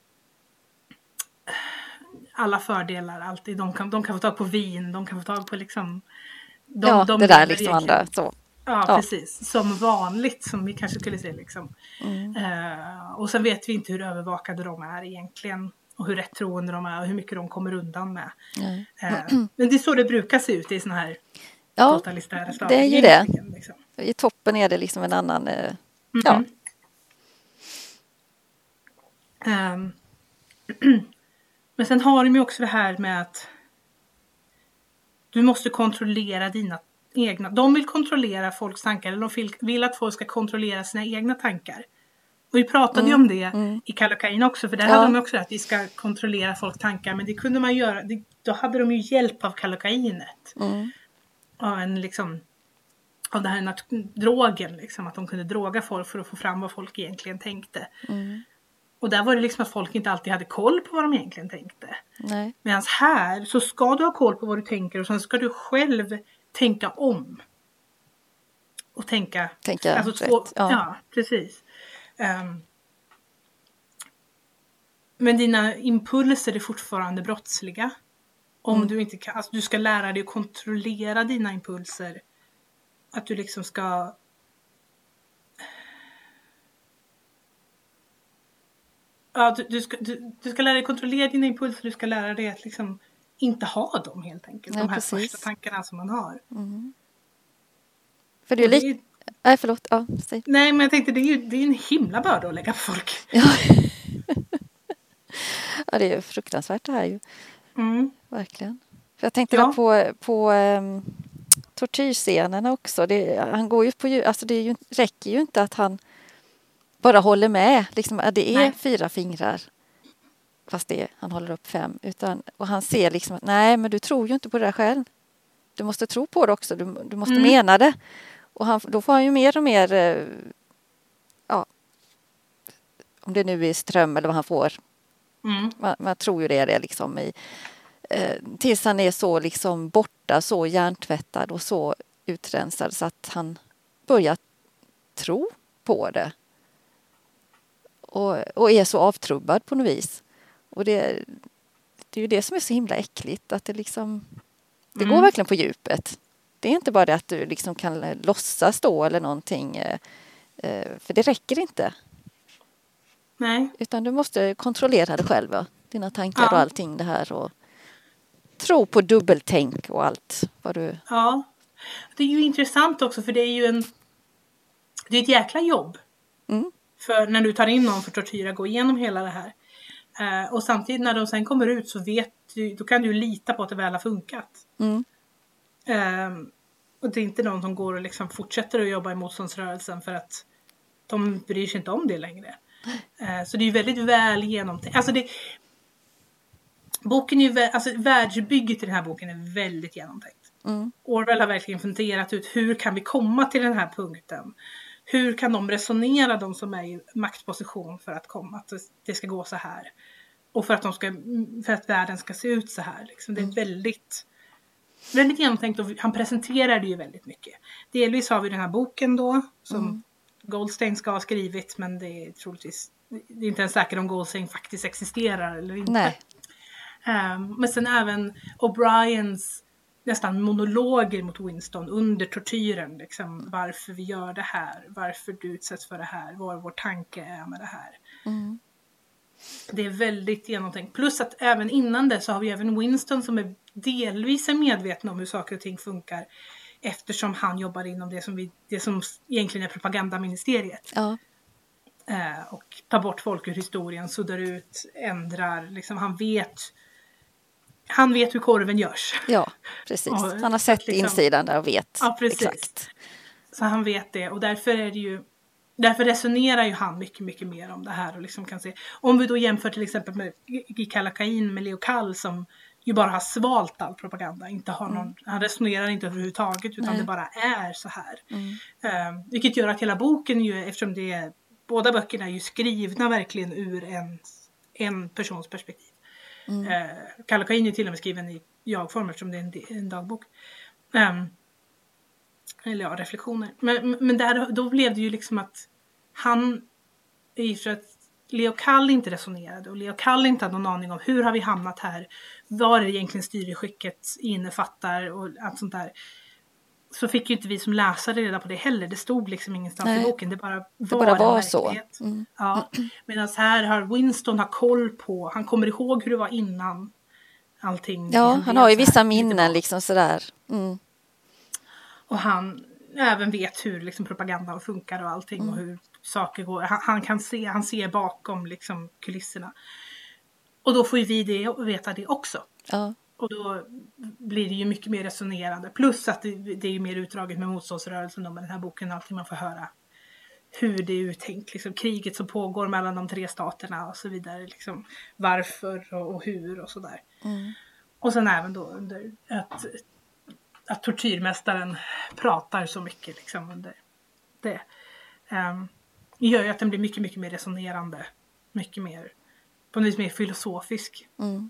alla fördelar alltid. De kan, de kan få tag på vin, de kan få tag på liksom de, ja, de det där liksom andra så. Ja, ja, precis. Som vanligt, som vi kanske skulle säga liksom. Mm. Uh, och sen vet vi inte hur övervakade de är egentligen. Och hur rätt troende de är och hur mycket de kommer undan med. Mm. Uh, men det är så det brukar se ut i såna här ja, totalitära stater. Det är ju det. Liksom. I toppen är det liksom en annan... Uh, mm-hmm. Ja. Um, men sen har de ju också det här med att du måste kontrollera dina egna. De vill kontrollera folks tankar, eller de vill att folk ska kontrollera sina egna tankar. Och vi pratade mm, ju om det mm. i Kallocain också, för där ja. hade de också att vi ska kontrollera folks tankar, men det kunde man göra, det, då hade de ju hjälp av Kallokainet. Mm. Av en liksom, av den här nat- drogen liksom, att de kunde droga folk för att få fram vad folk egentligen tänkte. Mm. Och där var det liksom att folk inte alltid hade koll på vad de egentligen tänkte. Nej. Medan här så ska du ha koll på vad du tänker, och sen ska du själv tänka om. Och tänka... Tänka alltså två, ja. ja, precis. Um, men dina impulser är fortfarande brottsliga. Om mm. du inte kan... Alltså du ska lära dig att kontrollera dina impulser. Att du liksom ska... Ja, du, du, ska, du, du ska lära dig kontrollera dina impulser. Du ska lära dig att liksom inte ha dem helt enkelt. Nej, de här precis. första tankarna som man har. Mm. För det är lite... Nej, förlåt. Ja, säg. Nej, men jag tänkte det är ju det är en himla börda att lägga på folk. Ja. Ja, det är ju fruktansvärt det här ju. Mm. Verkligen. För jag tänkte ja. på, på um, tortyrscenerna också. Det, han går ju på... Alltså det är ju, räcker ju inte att han bara håller med. Liksom, det är Nej. fyra fingrar. fast det han håller upp fem. Utan, och han ser liksom att nej, men du tror ju inte på det där själv. Du måste tro på det också. Du, du måste mm. mena det. Och han, då får han ju mer och mer, eh, ja, om det nu är ström eller vad han får. Mm. Man, man tror ju det är det liksom i, eh, tills han är så liksom borta, så hjärntvättad och så utrensad så att han börjar tro på det. Och, och är så avtrubbad på något vis. Och det, det är ju det som är så himla äckligt. Att det liksom, det mm. går verkligen på djupet. Det är inte bara det att du liksom kan låtsas då eller någonting. Eh, för det räcker inte. Nej. Utan du måste kontrollera dig själv. Va? Dina tankar ja. och allting det här. Och tro på dubbeltänk och allt. Vad du... Ja. Det är ju intressant också för det är ju en... Det är ett jäkla jobb. Mm. För när du tar in någon för tortyra, gå igenom hela det här. Eh, och samtidigt när de sen kommer ut så vet du, då kan du lita på att det väl har funkat. Mm. Eh, och det är inte någon som går och liksom fortsätter att jobba i motståndsrörelsen för att de bryr sig inte om det längre. Eh, så det är ju väldigt väl genomtänkt. Alltså det, boken är ju, vä- alltså världsbygget i den här boken är väldigt genomtänkt. Mm. Orwell har verkligen funderat ut hur kan vi komma till den här punkten. Hur kan de resonera, de som är i maktposition, för att komma att det ska gå så här. Och för att, de ska, för att världen ska se ut så här. Liksom. Det är väldigt, väldigt genomtänkt och han presenterar det ju väldigt mycket. Delvis har vi den här boken då som mm. Goldstein ska ha skrivit, men det är troligtvis det är inte ens säkert om Goldstein faktiskt existerar eller inte. Nej. Um, men sen även O'Briens nästan monologer mot Winston under tortyren. Liksom, varför vi gör det här. Varför du utsätts för det här. Vad vår tanke är med det här. Mm. Det är väldigt genomtänkt. Plus att även innan det så har vi även Winston som är delvis är medveten om hur saker och ting funkar. Eftersom han jobbar inom det som, vi, det som egentligen är propagandaministeriet. Ja. Eh, och tar bort folk ur historien. Suddar ut, ändrar. Liksom, han vet... Han vet hur korven görs. Ja, precis. Och, han har sett liksom, insidan där och vet ja, precis. Exakt. Så han vet det. Och därför är det ju... Därför resonerar ju han mycket, mycket mer om det här. Och liksom kan se. Om vi då jämför till exempel med Guy Kalakain med Leo Kall som ju bara har svalt all propaganda. Inte har någon, mm. Han resonerar inte överhuvudtaget utan Nej. Det bara är så här. Mm. Um, vilket gör att hela boken ju, eftersom det är, båda böckerna är ju skrivna verkligen ur en, en persons perspektiv. Mm. Uh, Kalakain är till och med skriven i jag-form eftersom det är en, en dagbok. Um, eller ja, reflektioner. Men, men där, då blev det ju liksom att han, i för att Leo Kall inte resonerade och Leo Kall inte hade någon aning om hur har vi hamnat här, vad det egentligen styrelseskicket innefattar och allt sånt där. Så fick ju inte vi som läsare reda på det heller. Det stod liksom ingenstans Nej. I boken. Det bara var, det bara var så. Mm. Ja. Medan här har Winston har koll på, han kommer ihåg hur det var innan allting. Ja, han har ju vissa minnen liksom sådär. Mm. Och han även vet hur liksom propagandan funkar och allting mm. och hur saker går. Han, han kan se, han ser bakom liksom kulisserna. Och då får ju vi det, veta det också. Ja. Och då blir det ju mycket mer resonerande. Plus att det, det är ju mer utdraget med motståndsrörelsen och med den här boken. Allting man får höra hur det är uttänkt. Liksom kriget som pågår mellan de tre staterna och så vidare. Liksom varför och, och hur och sådär. Mm. Och sen även då under att, att tortyrmästaren pratar så mycket liksom under det. Um, gör ju att den blir mycket, mycket mer resonerande. Mycket mer, på något vis mer filosofisk. Mm.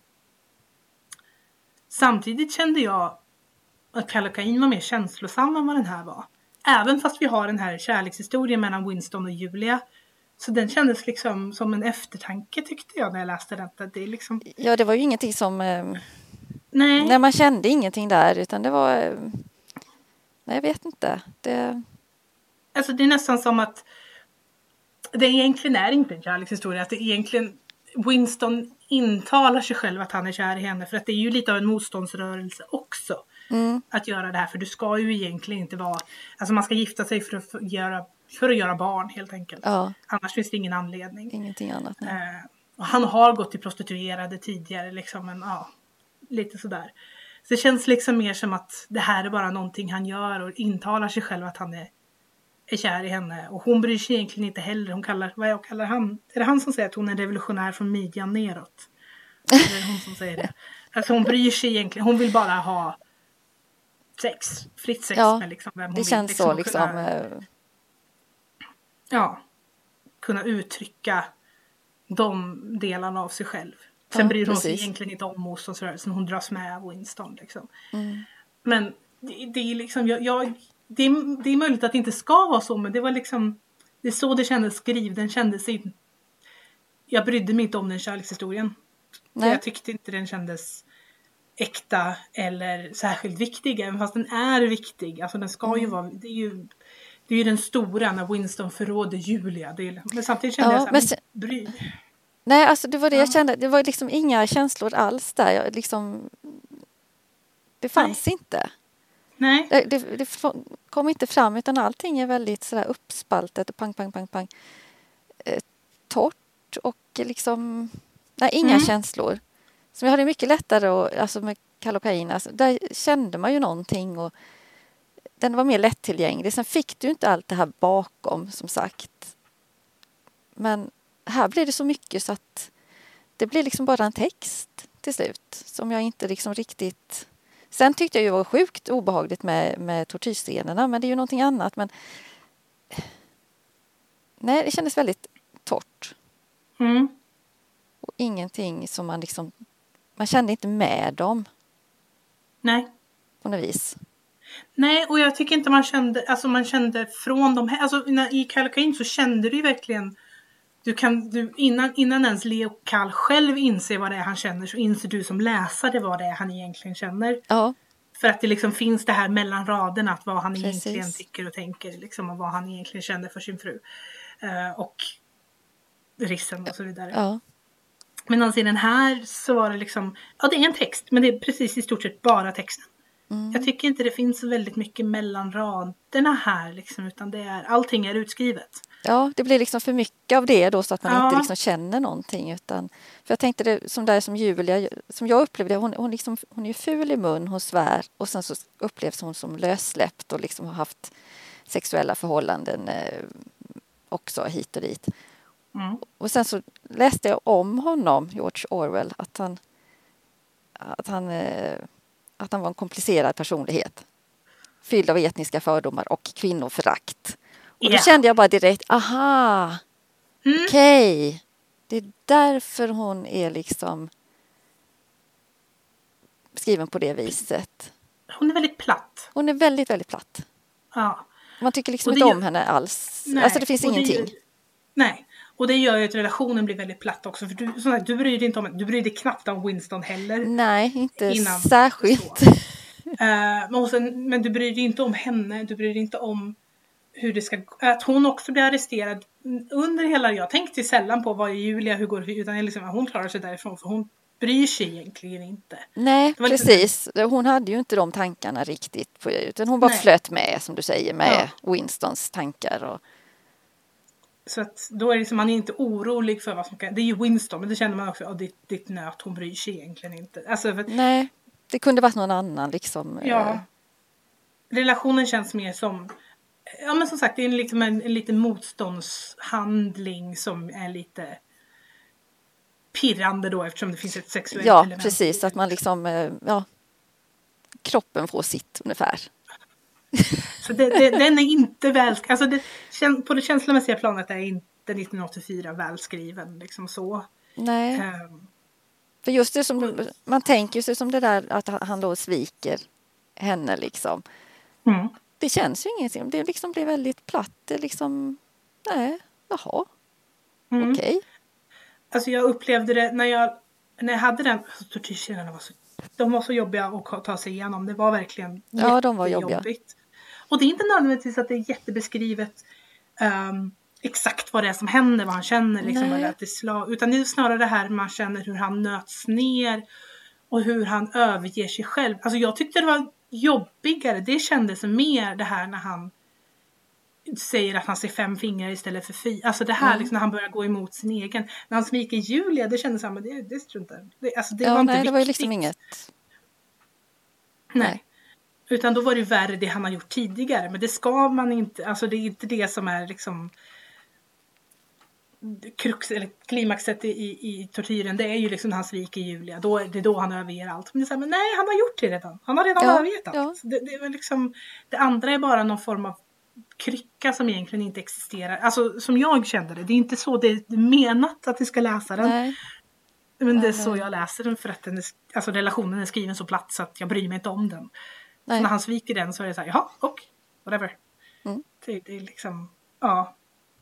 Samtidigt kände jag att Kalakain var mer känslosam än vad den här var. Även fast vi har den här kärlekshistorien mellan Winston och Julia. Så den kändes liksom som en eftertanke tyckte jag när jag läste den. Det är liksom... Ja, det var ju ingenting som... Eh... Nej. Nej, man kände ingenting där utan det var... Eh... Nej, jag vet inte. Det... Alltså det är nästan som att det egentligen är inte en kärlekshistoria. Att det egentligen Winston intalar sig själv att han är kär i henne. För att det är ju lite av en motståndsrörelse också. Mm. Att göra det här. För du ska ju egentligen inte vara... Alltså man ska gifta sig för att göra, för att göra barn helt enkelt. Ja. Annars finns det ingen anledning. Ingenting annat. Eh, och han har gått till prostituerade tidigare. Liksom, men ja, lite sådär. Så det känns liksom mer som att det här är bara någonting han gör. Och intalar sig själv att han är... är kär i henne. Och hon bryr sig egentligen inte heller. Hon kallar, vad jag kallar han? Är det han som säger att hon är revolutionär från midjan neråt? Eller är det hon som säger det? Alltså hon bryr sig egentligen, hon vill bara ha sex, fritt sex Ja, med liksom vem hon det vill. känns liksom, så och liksom. Kunna, eh, ja, kunna uttrycka de delarna av sig själv. Sen Ja, bryr hon sig precis. egentligen inte om motståndsrörelsen, hon dras med av Winston liksom. Mm. Men det, det är liksom, jag, jag, det, är, det är möjligt att det inte ska vara så, men det var liksom, det är så det kändes skriv, den kändes in. Jag brydde mig inte om den kärlekshistorien. Nej. Jag tyckte inte den kändes äkta eller särskilt viktig, även fast den är viktig. Alltså den ska Mm. ju vara, det är ju, det är ju den stora när Winston förråder Julia. Det är, men samtidigt kände Ja, jag så här, men men sen- bry. Nej, alltså det var det Ja. jag kände. Det var liksom inga känslor alls där. Jag, liksom, det fanns inte. Nej. Det, det, det f- kom inte fram, utan allting är väldigt sådär uppspaltat och pang, pang, pang, pang. Eh, torrt och liksom, nej, inga Mm. känslor. Så jag hade mycket lättare att, alltså med Kallocain, alltså, där kände man ju någonting och den var mer lättillgänglig. Sen fick du inte allt det här bakom, som sagt. Men här blir det så mycket så att det blir liksom bara en text till slut som jag inte liksom riktigt... Sen tyckte jag ju det var sjukt obehagligt med, med tortyrscenerna, men det är ju någonting annat. Men nej, det kändes väldigt torrt. Mm. Och ingenting som man liksom... Man kände inte med dem Nej. på något vis. Nej, och jag tycker inte man kände, alltså man kände från de här, alltså när, i Kallocain så kände du ju verkligen, du kan, du, innan, innan ens Leo Kall själv inser vad det är han känner, så inser du som läsare vad det är han egentligen känner. Ja, För att det liksom finns det här mellan raderna, att vad han Precis. egentligen tycker och tänker, liksom, och vad han egentligen känner för sin fru. Eh, och rissen och så vidare. ja, Men i den här så var det liksom, ja det är en text, men det är precis i stort sett bara texten. mm. Jag tycker inte det finns väldigt mycket mellan raderna här liksom, utan det är, allting är utskrivet. ja, det blir liksom för mycket av det då så att man Ja. inte liksom känner någonting. Utan, för jag tänkte det som där som Julia, som jag upplevde, hon, hon, liksom, hon är ju ful i mun, hon svär och sen så upplevs hon som lössläppt och liksom har haft sexuella förhållanden eh, också hit och dit. Mm. Och sen så läste jag om honom, George Orwell, att han, att han, eh, att han var en komplicerad personlighet. Fylld av etniska fördomar och kvinnoförakt. Och då Ja. kände jag bara direkt, aha, Mm. okej. Det är därför hon är liksom skriven på det viset. Hon är väldigt platt. Hon är väldigt, väldigt platt. Ja. Man tycker liksom Och det inte gör- om henne alls. Nej, Alltså det finns och det ingenting. gör- nej, och det gör ju att relationen blir väldigt platt också. För du, som sagt, du bryr dig inte om, du bryr dig knappt om Winston heller. Nej, inte Innan särskilt. så. Eh, men, och sen, men du bryr dig inte om henne, du bryr dig inte om hur det ska, att hon också blir arresterad under hela, jag tänkte sällan på vad är Julia, hur går det, utan jag liksom, hon klarar sig därifrån för hon bryr sig egentligen inte. Nej, Det var liksom- precis. Hon hade ju inte de tankarna riktigt. På, utan hon bara Nej. flöt med, som du säger, med Winstons tankar. Och, Så att då är det liksom, man är inte orolig för vad som kan, det är ju Winston, men det känner man också, ja, ditt, ditt nöt, hon bryr sig egentligen inte. Alltså, för, nej, det kunde varit någon annan liksom. ja, eh, relationen känns mer som, ja men som sagt, det är liksom en, en liten motståndshandling som är lite pirrande då, eftersom det finns ett sexuellt Ja, element. precis. Att man liksom, eh, ja, kroppen får sitt ungefär. Så det, det, den är inte väl, alltså det, kän- på det känslomässiga planet är inte nittonhundraåttiofyra välskriven liksom så. Nej, Ehm, för just det som du, man tänker ju sig som det där att han då sviker henne liksom. mm. Det känns ju ingenting. Det liksom blir väldigt platt. Det liksom, nej, jaha, Mm. okej. Alltså jag upplevde det när jag, när jag hade den, alltså tortyrscenerna var så, de var så jobbiga att ta sig igenom. Det var verkligen Ja, de var jobbiga. jättejobbigt. Och det är inte nödvändigtvis att det är jättebeskrivet um, exakt vad det är som händer, vad han känner liksom, Nej. eller att det slag, utan det är snarare det här man känner hur han nöts ner och hur han överger sig själv. Alltså jag tyckte det var jobbigare, det kändes mer det här när han säger att han ser fem fingrar istället för fyra. Alltså det här Mm. liksom, när han börjar gå emot sin egen. När han sviker Julia, det kändes som att det, det struntar. Det, alltså det Ja, var inte nej, viktigt. det var ju liksom inget. Nej. nej. Utan då var det ju värre det han har gjort tidigare. Men det ska man inte, alltså det är inte det som är liksom. krux, eller klimaxet i, i, i tortyren, det är ju liksom när han sviker Julia. Då, det är då han överger allt. Men det är så här, men nej, han har gjort det redan. Han har redan Ja, övergett allt. ja. Det, det, är väl liksom, det andra är bara någon form av krycka som egentligen inte existerar. Alltså som jag kände det. Det är inte så det är menat att vi ska läsa den. Nej. Men det är Nej, så nej. jag läser den, för att den är, alltså relationen är skriven så platt så att jag bryr mig inte om den. Nej. Så när han sviker den så är det så här, jaha, och whatever. Mm. Det, det är liksom, ja.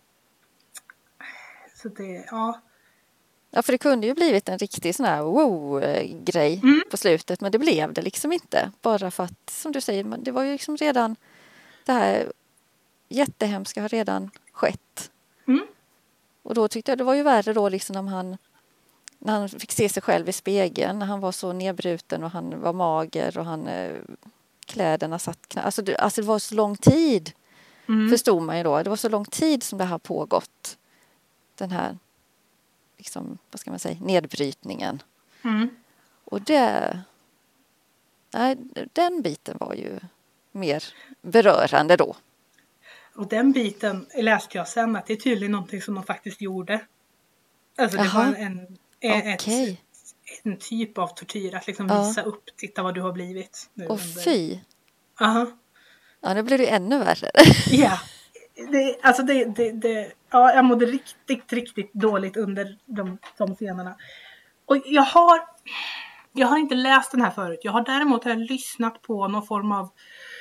Så det, ja. Ja, för det kunde ju blivit en riktig sån här wow-grej Mm. på slutet. Men det blev det liksom inte. Bara för att, som du säger, det var ju liksom redan det här jättehemska har redan skett. Mm. Och då tyckte jag det var ju värre då liksom när han, när han fick se sig själv i spegeln. När han var så nedbruten och han var mager och han, eh, kläderna satt knä. Alltså det, alltså det var så lång tid, Mm. förstod man ju då. Det var så lång tid som det här pågått. Den här, liksom, vad ska man säga, nedbrytningen. Mm. Och det, nej, den biten var ju mer berörande då. Och den biten läste jag sen att det är tydligen någonting som de faktiskt gjorde. Alltså det Jaha. var en, en, Okej. ett, en typ av tortyr att liksom Ja. visa upp, titta vad du har blivit. Nu Och under- fy. Aha. Ja, nu blir det ännu värre. Ja. Det, alltså det, det, det, ja, jag mådde riktigt, riktigt dåligt under de, de scenerna. Och jag har, jag har inte läst den här förut. Jag har däremot här lyssnat på någon form av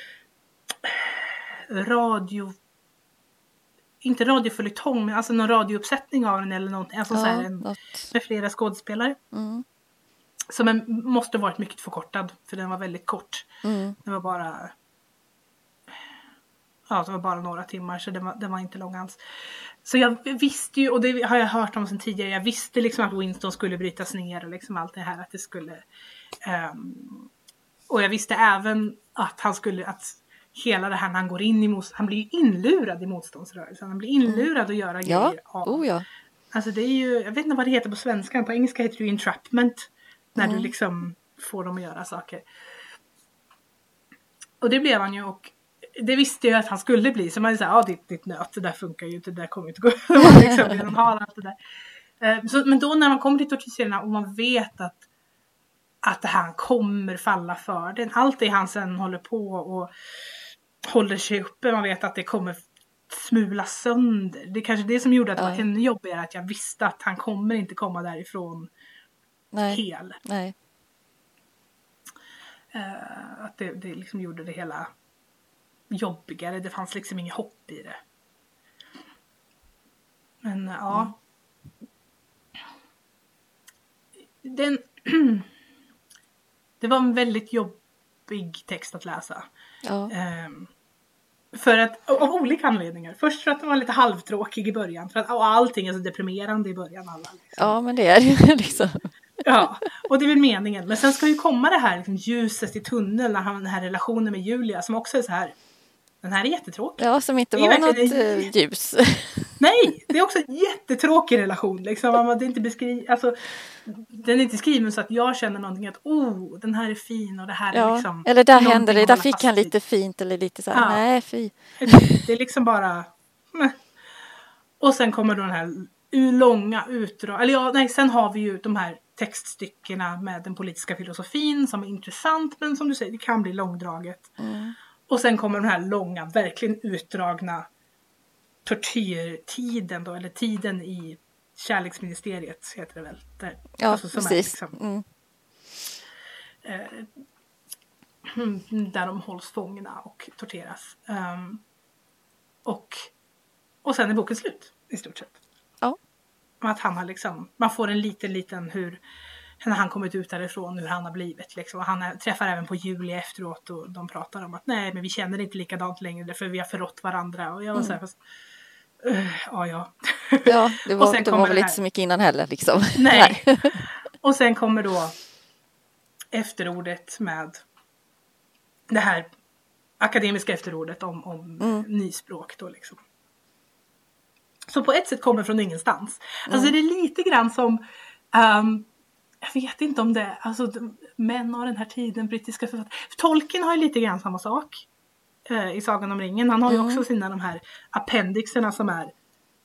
radio, inte radioföljetong, men alltså någon radiouppsättning av den eller någonting. Alltså så här Ja, en, något. med flera skådespelare. Mm. Som en, måste varit mycket förkortad, för den var väldigt kort. Mm. Det var bara ja, det var bara några timmar, så det var, det var inte lång alls. Så jag visste ju, och det har jag hört om sedan tidigare, jag visste liksom att Winston skulle brytas ner och liksom allt det här, att det skulle um, och jag visste även att han skulle, att hela det här när han går in i motstånd, han blir ju inlurad i motståndsrörelsen, han blir inlurad att göra Ja, grejer av. oh ja. Alltså det är ju, jag vet inte vad det heter på svenska, på engelska heter det ju entrapment, när Mm. du liksom får dem att göra saker. Och det blev han ju, och det visste jag att han skulle bli. Så man säger, ja ditt, ditt nöt, det där funkar ju inte, det där kommer inte gå. liksom, de har allt det där. Så, men då när man kommer till tortyrscenerna och man vet att, att det här kommer falla för den. Allt det han sen håller på och håller sig uppe, man vet att det kommer smula sönder. Det är kanske det som gjorde att det Ja. var ännu jobbigare, att jag visste att han kommer inte komma därifrån Nej. hel. Nej. Uh, att det, det liksom gjorde det hela jobbigare. Det fanns liksom inget hopp i det. Men uh, ja. Den det var en väldigt jobbig text att läsa. Ja. Um, för att, av olika anledningar. Först för att den var lite halvtråkig i början. För att och allting är så deprimerande i början. Alla, liksom. Ja, men det är ju liksom. Ja, och det är väl meningen. Men sen ska ju komma det här liksom, ljuset i tunneln, när han den här relationen med Julia, som också är så här. Den här är jättetråkig. Ja, som inte Det är var något verkligen- eh, ljus. Nej, det är också en jättetråkig relation. Liksom. Man- Det är inte beskri- alltså, den är inte skriven så att jag känner någonting att oh, den här är fin och det här är Ja. liksom. Eller där någonting hände det, att där hålla fick fast han vid. lite fint eller lite så här. Ja. Nej, fy. Det är liksom bara. Meh. Och sen kommer då den här u- långa utdrag. Eller ja, nej, sen har vi ju de här textstyckena med den politiska filosofin som är intressant, men som du säger, det kan bli långdraget. Mm. Och sen kommer den här långa, verkligen utdragna tortyrtiden då, eller tiden i kärleksministeriet heter det väl. Där, Ja, alltså, som är precis. liksom, Mm. eh, där de hålls fångna och torteras. Um, och, och sen är boken slut i stort sett. Ja. Att han har liksom, man får en liten liten hur när han kommit ut därifrån, hur han har blivit liksom. Och han är, träffar även på Julia efteråt och de pratar om att nej, men vi känner inte likadant längre för vi har förrått varandra. Och jag var Mm. så här, fast, uh, ja ja. Ja, det Och var, sen det kommer var väl det inte här. så mycket innan heller liksom. Nej. Och sen kommer då efterordet med det här akademiska efterordet om, om Mm. nyspråk då liksom. Så på ett sätt kommer från ingenstans. Mm. Alltså det är lite grann som um, jag vet inte om det, alltså de- män av den här tiden, brittiska författare. Tolkien har ju lite grann samma sak eh, i Sagan om ringen. Han har ju Mm. också sina de här appendixerna som är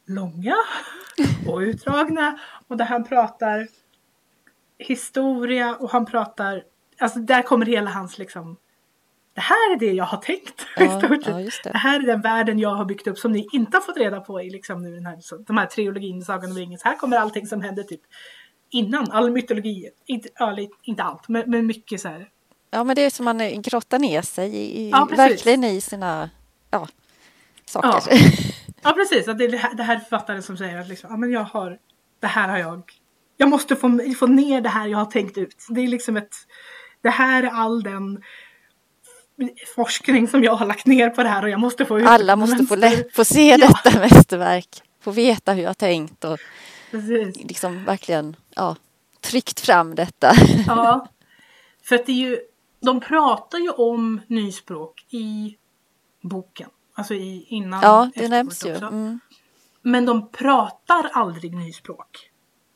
långa och utdragna. Och där han pratar historia och han pratar, alltså där kommer hela hans liksom, det här är det jag har tänkt. Ja, ja, just det. Det här är den världen jag har byggt upp som ni inte har fått reda på i liksom nu den här, så, de här trilogin, Sagan om ringen. Så här kommer allting som hände typ innan, all mytologi. Inte, ja, inte allt, men, men mycket så här. Ja, men det är som man grottar ner sig i, ja, verkligen i sina ja, saker. Ja, ja precis. Att det är det här, det här författaren som säger att liksom, ja, men jag har, det här har jag, jag måste få, få ner det här jag har tänkt ut. Det är liksom ett, det här är all den forskning som jag har lagt ner på det här och jag måste få ut. Alla måste få, lä- få se detta ja. mästerverk, få veta hur jag har tänkt och precis. Liksom verkligen ja, tryckt fram detta. Ja, för att det är ju, de pratar ju om nyspråk i boken. Alltså i, innan. Ja, det nämns ju. Mm. Men de pratar aldrig nyspråk.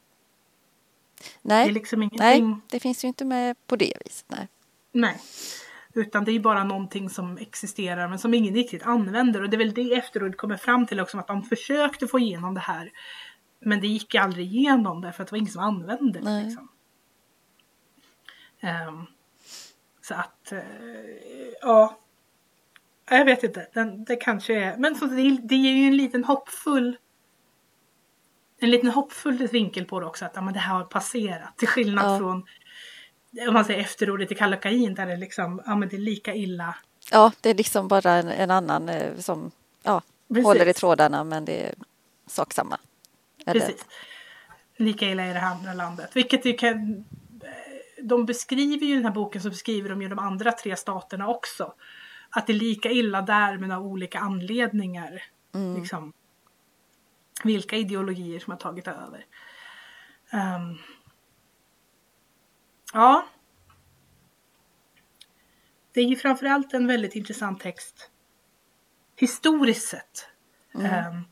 Nej, det är liksom ingenting... nej, det finns ju inte med på det viset. Nej. nej, utan det är bara någonting som existerar men som ingen riktigt använder. Och det är väl det efteråt kommer fram till också, att de försökte få igenom det här. Men det gick aldrig igenom därför att det var ingen som använde det. Liksom. Um, så att, uh, ja... Jag vet inte, den, det kanske är... Men så det, det ger ju en liten hoppfull... En liten hoppfull vinkel på det också. Att ja, men det här har passerat. Till skillnad ja. från... Om man säger efterordet i Kallocain. Där det liksom... Ja, men det är lika illa. Ja, det är liksom bara en, en annan som... Ja, håller i trådarna. Men det är sak samma. Eller? Precis. Lika illa i det här andra landet. Vilket ju kan... De beskriver ju i den här boken. Så beskriver de ju de andra tre staterna också. Att det är lika illa där men av olika anledningar. Mm. Liksom, vilka ideologier som har tagit över. Um, ja. Det är ju framförallt en väldigt intressant text. Historiskt sett. Mm. Um,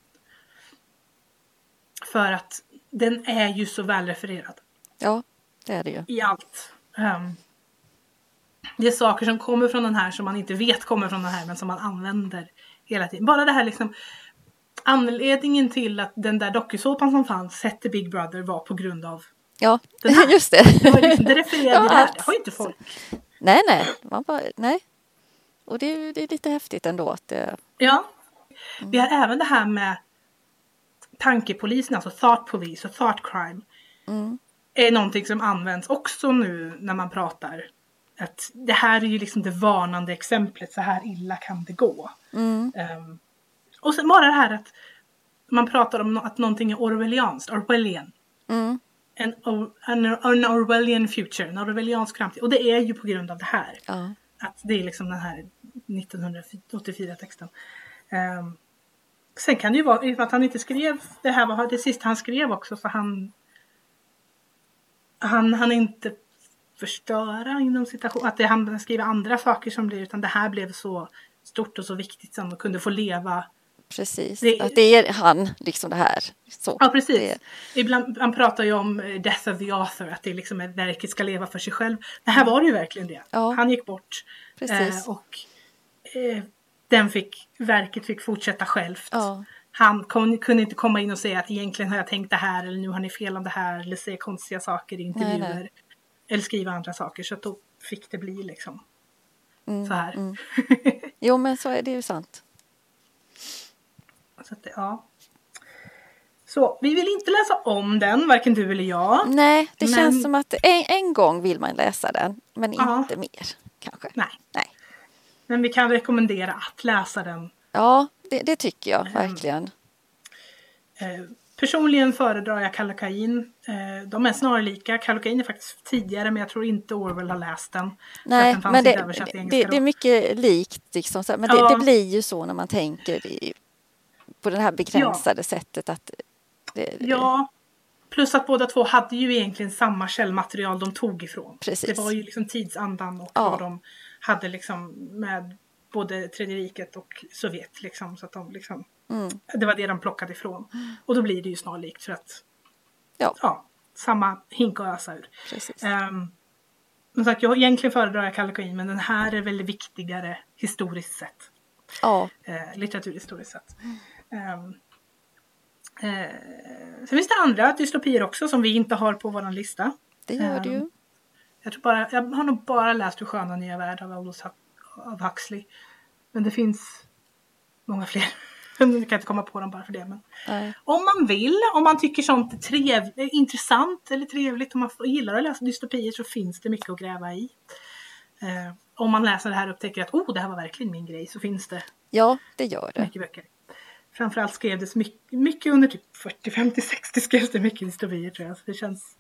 för att den är ju så välrefererad. Ja, det är det ju. I allt. Um, Det är saker som kommer från den här som man inte vet kommer från den här men som man använder hela tiden. Bara det här liksom, anledningen till att den där dokusåpan som fanns hette Big Brother var på grund av ja, den här. Just det. Det, var liksom, det refererade ja, det här, det har ju inte folk. Nej, nej. Man bara, nej. Och det är, det är lite häftigt ändå. Att det... Ja. Mm. Vi har även det här med tankepolisen, alltså thought police och thought crime. Mm. Är någonting som används också nu när man pratar. Att det här är ju liksom det varnande exemplet. Så här illa kan det gå. Mm. Um, och sen bara det här att man pratar om att någonting är orwellianskt. Orwellian. Mm. En, en, en Orwellian future. En orwelliansk framtid. Och det är ju på grund av det här. Mm. Att det är liksom den här nittonhundraåttiofyra-texten. Um, sen kan det ju vara att han inte skrev. Det här var det sista han skrev också. Så han... Han, han inte... förstöra inom situation, att det han skriver andra saker som blir, utan det här blev så stort och så viktigt som man kunde få leva. Precis, det, att det är han liksom det här. Så, ja, precis. Det... Ibland, han pratar ju om death of the author, att det liksom är verket ska leva för sig själv. Det här var ju verkligen det. Ja. Han gick bort eh, och eh, den fick, verket fick fortsätta självt. Ja. Han kon, kunde inte komma in och säga att egentligen har jag tänkt det här eller nu har ni fel om det här eller säga konstiga saker i intervjuer. Nej, nej. Eller skriva andra saker. Så att då fick det bli liksom mm, så här. Mm. Jo, men så är det ju sant. Så att det, ja. Så, vi vill inte läsa om den, varken du eller jag. Nej, det men... känns som att en, en gång vill man läsa den. Men ja. inte mer, kanske. Nej. Nej. Men vi kan rekommendera att läsa den. Ja, det, det tycker jag mm. verkligen. Eh, Personligen föredrar jag Kallocain. De är snarlika. Kallocain är faktiskt tidigare men jag tror inte Orwell har läst den. Nej, den men det, det, det är mycket likt. Liksom, men ja. det, det blir ju så när man tänker i, på det här begränsade ja. sättet. Att det, ja, plus att båda två hade ju egentligen samma källmaterial de tog ifrån. Precis. Det var ju liksom tidsandan och ja. vad de hade liksom med både Tredje riket och Sovjet. Liksom, så att de liksom... Mm. Det var det de plockade ifrån. Mm. Och då blir det ju snarlikt för att ja, ja samma hink och ösa ur. Um, men sagt, jag egentligen föredrar jag Kallocain men den här är väldigt viktigare historiskt sett. Ja. Uh, litteraturhistoriskt sett. Mm. Um, Eh, sen finns det andra dystopier också som vi inte har på vår lista. Det gör eh, du ju. Jag, tror bara, jag har nog bara läst Du sköna nya värld av Aldous av Huxley. Men det finns många fler. Jag kan inte komma på dem bara för det. Men Nej. om man vill, om man tycker sånt är trev, intressant eller trevligt, om man gillar att läsa dystopier, så finns det mycket att gräva i. Eh, om man läser det här och upptäcker att oh, det här var verkligen min grej, så finns det Ja, det gör det. mycket böcker. Framförallt skrevs mycket, mycket under typ fyrtio, femtio, sextio skrevs det mycket dystopier, tror jag. Så det känns...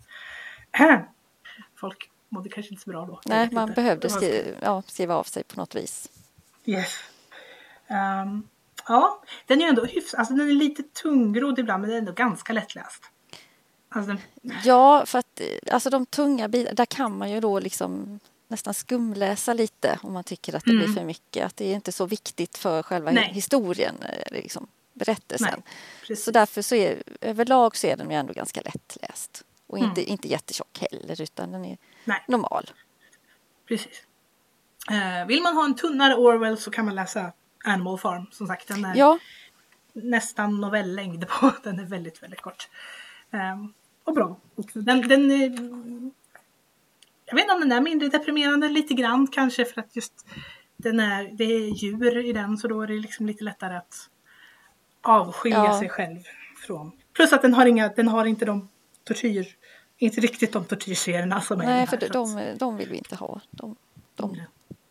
Folk mådde kanske inte så bra då. Nej, man inte. behövde skriva, ja, skriva av sig på något vis. Yes. Um, ja, den är ju ändå hyfsat, alltså den är lite tungrodd ibland, men den är ändå ganska lättläst. Alltså den... Ja, för att alltså de tunga bitarna, där kan man ju då liksom nästan skumläsa lite om man tycker att det mm. blir för mycket. Att det är inte så viktigt för själva Nej. historien, liksom, berättelsen. Nej, så därför så är överlag så är den ju ändå ganska lättläst. Och inte, mm. inte jättetjock heller, utan den är Nej. normal. Precis. Eh, vill man ha en tunnare Orwell så kan man läsa Animal Farm. Som sagt, den är ja. nästan novelllängd på. Den är väldigt, väldigt kort. Eh, och bra. Den, den är, jag vet inte om den är mindre deprimerande, lite grann kanske, för att just den är, det är djur i den, så då är det liksom lite lättare att avskilja ja. sig själv från. Plus att den har, inga, den har inte de tortyr, inte riktigt de tortyrserierna som är. Nej, här, för de, de vill vi inte ha. De, de... Mm.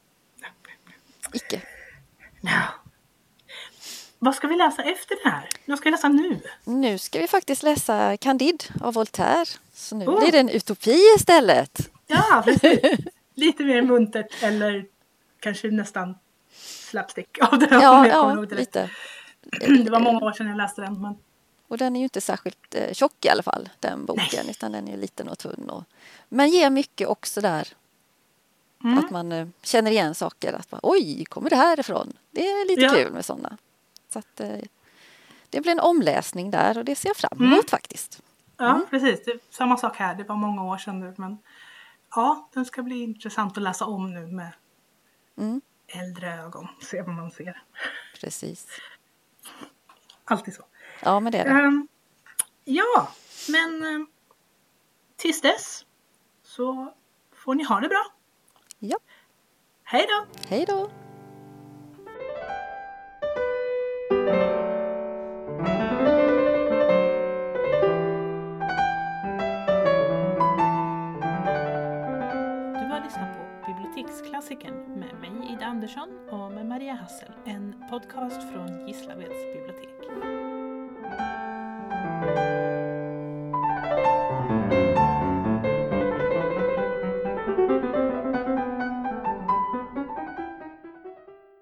Icke. No. Vad ska vi läsa efter det här? Vad ska vi läsa nu? Nu ska vi faktiskt läsa Candide av Voltaire. Så nu oh. blir det en utopi istället. Ja, precis. Lite mer muntert, eller kanske nästan slapstick av det. Ja, ja lite. Det var många år sedan jag läste den. Men... Och den är ju inte särskilt eh, tjock i alla fall, den boken. Nej. Utan den är liten och tunn. Och... Men ger mycket också där. Mm. Att man eh, känner igen saker. Att man, oj, kommer det här ifrån? Det är lite ja. kul med sådana. Så att eh, det blir en omläsning där. Och det ser jag fram emot mm. faktiskt. Ja, mm. precis. Det är samma sak här. Det var många år sedan nu. Men ja, den ska bli intressant att läsa om nu med mm. äldre ögon. Se vad man ser. Precis. Alltid så. Ja, men det är det. Um, ja, men um, tills dess så får ni ha det bra. Ja. Hej då! Hej då! Du har lyssnat på Biblioteksklassikern med mig, Ida Andersson, och med Maria Hassel. En podcast från Gislaveds bibliotek.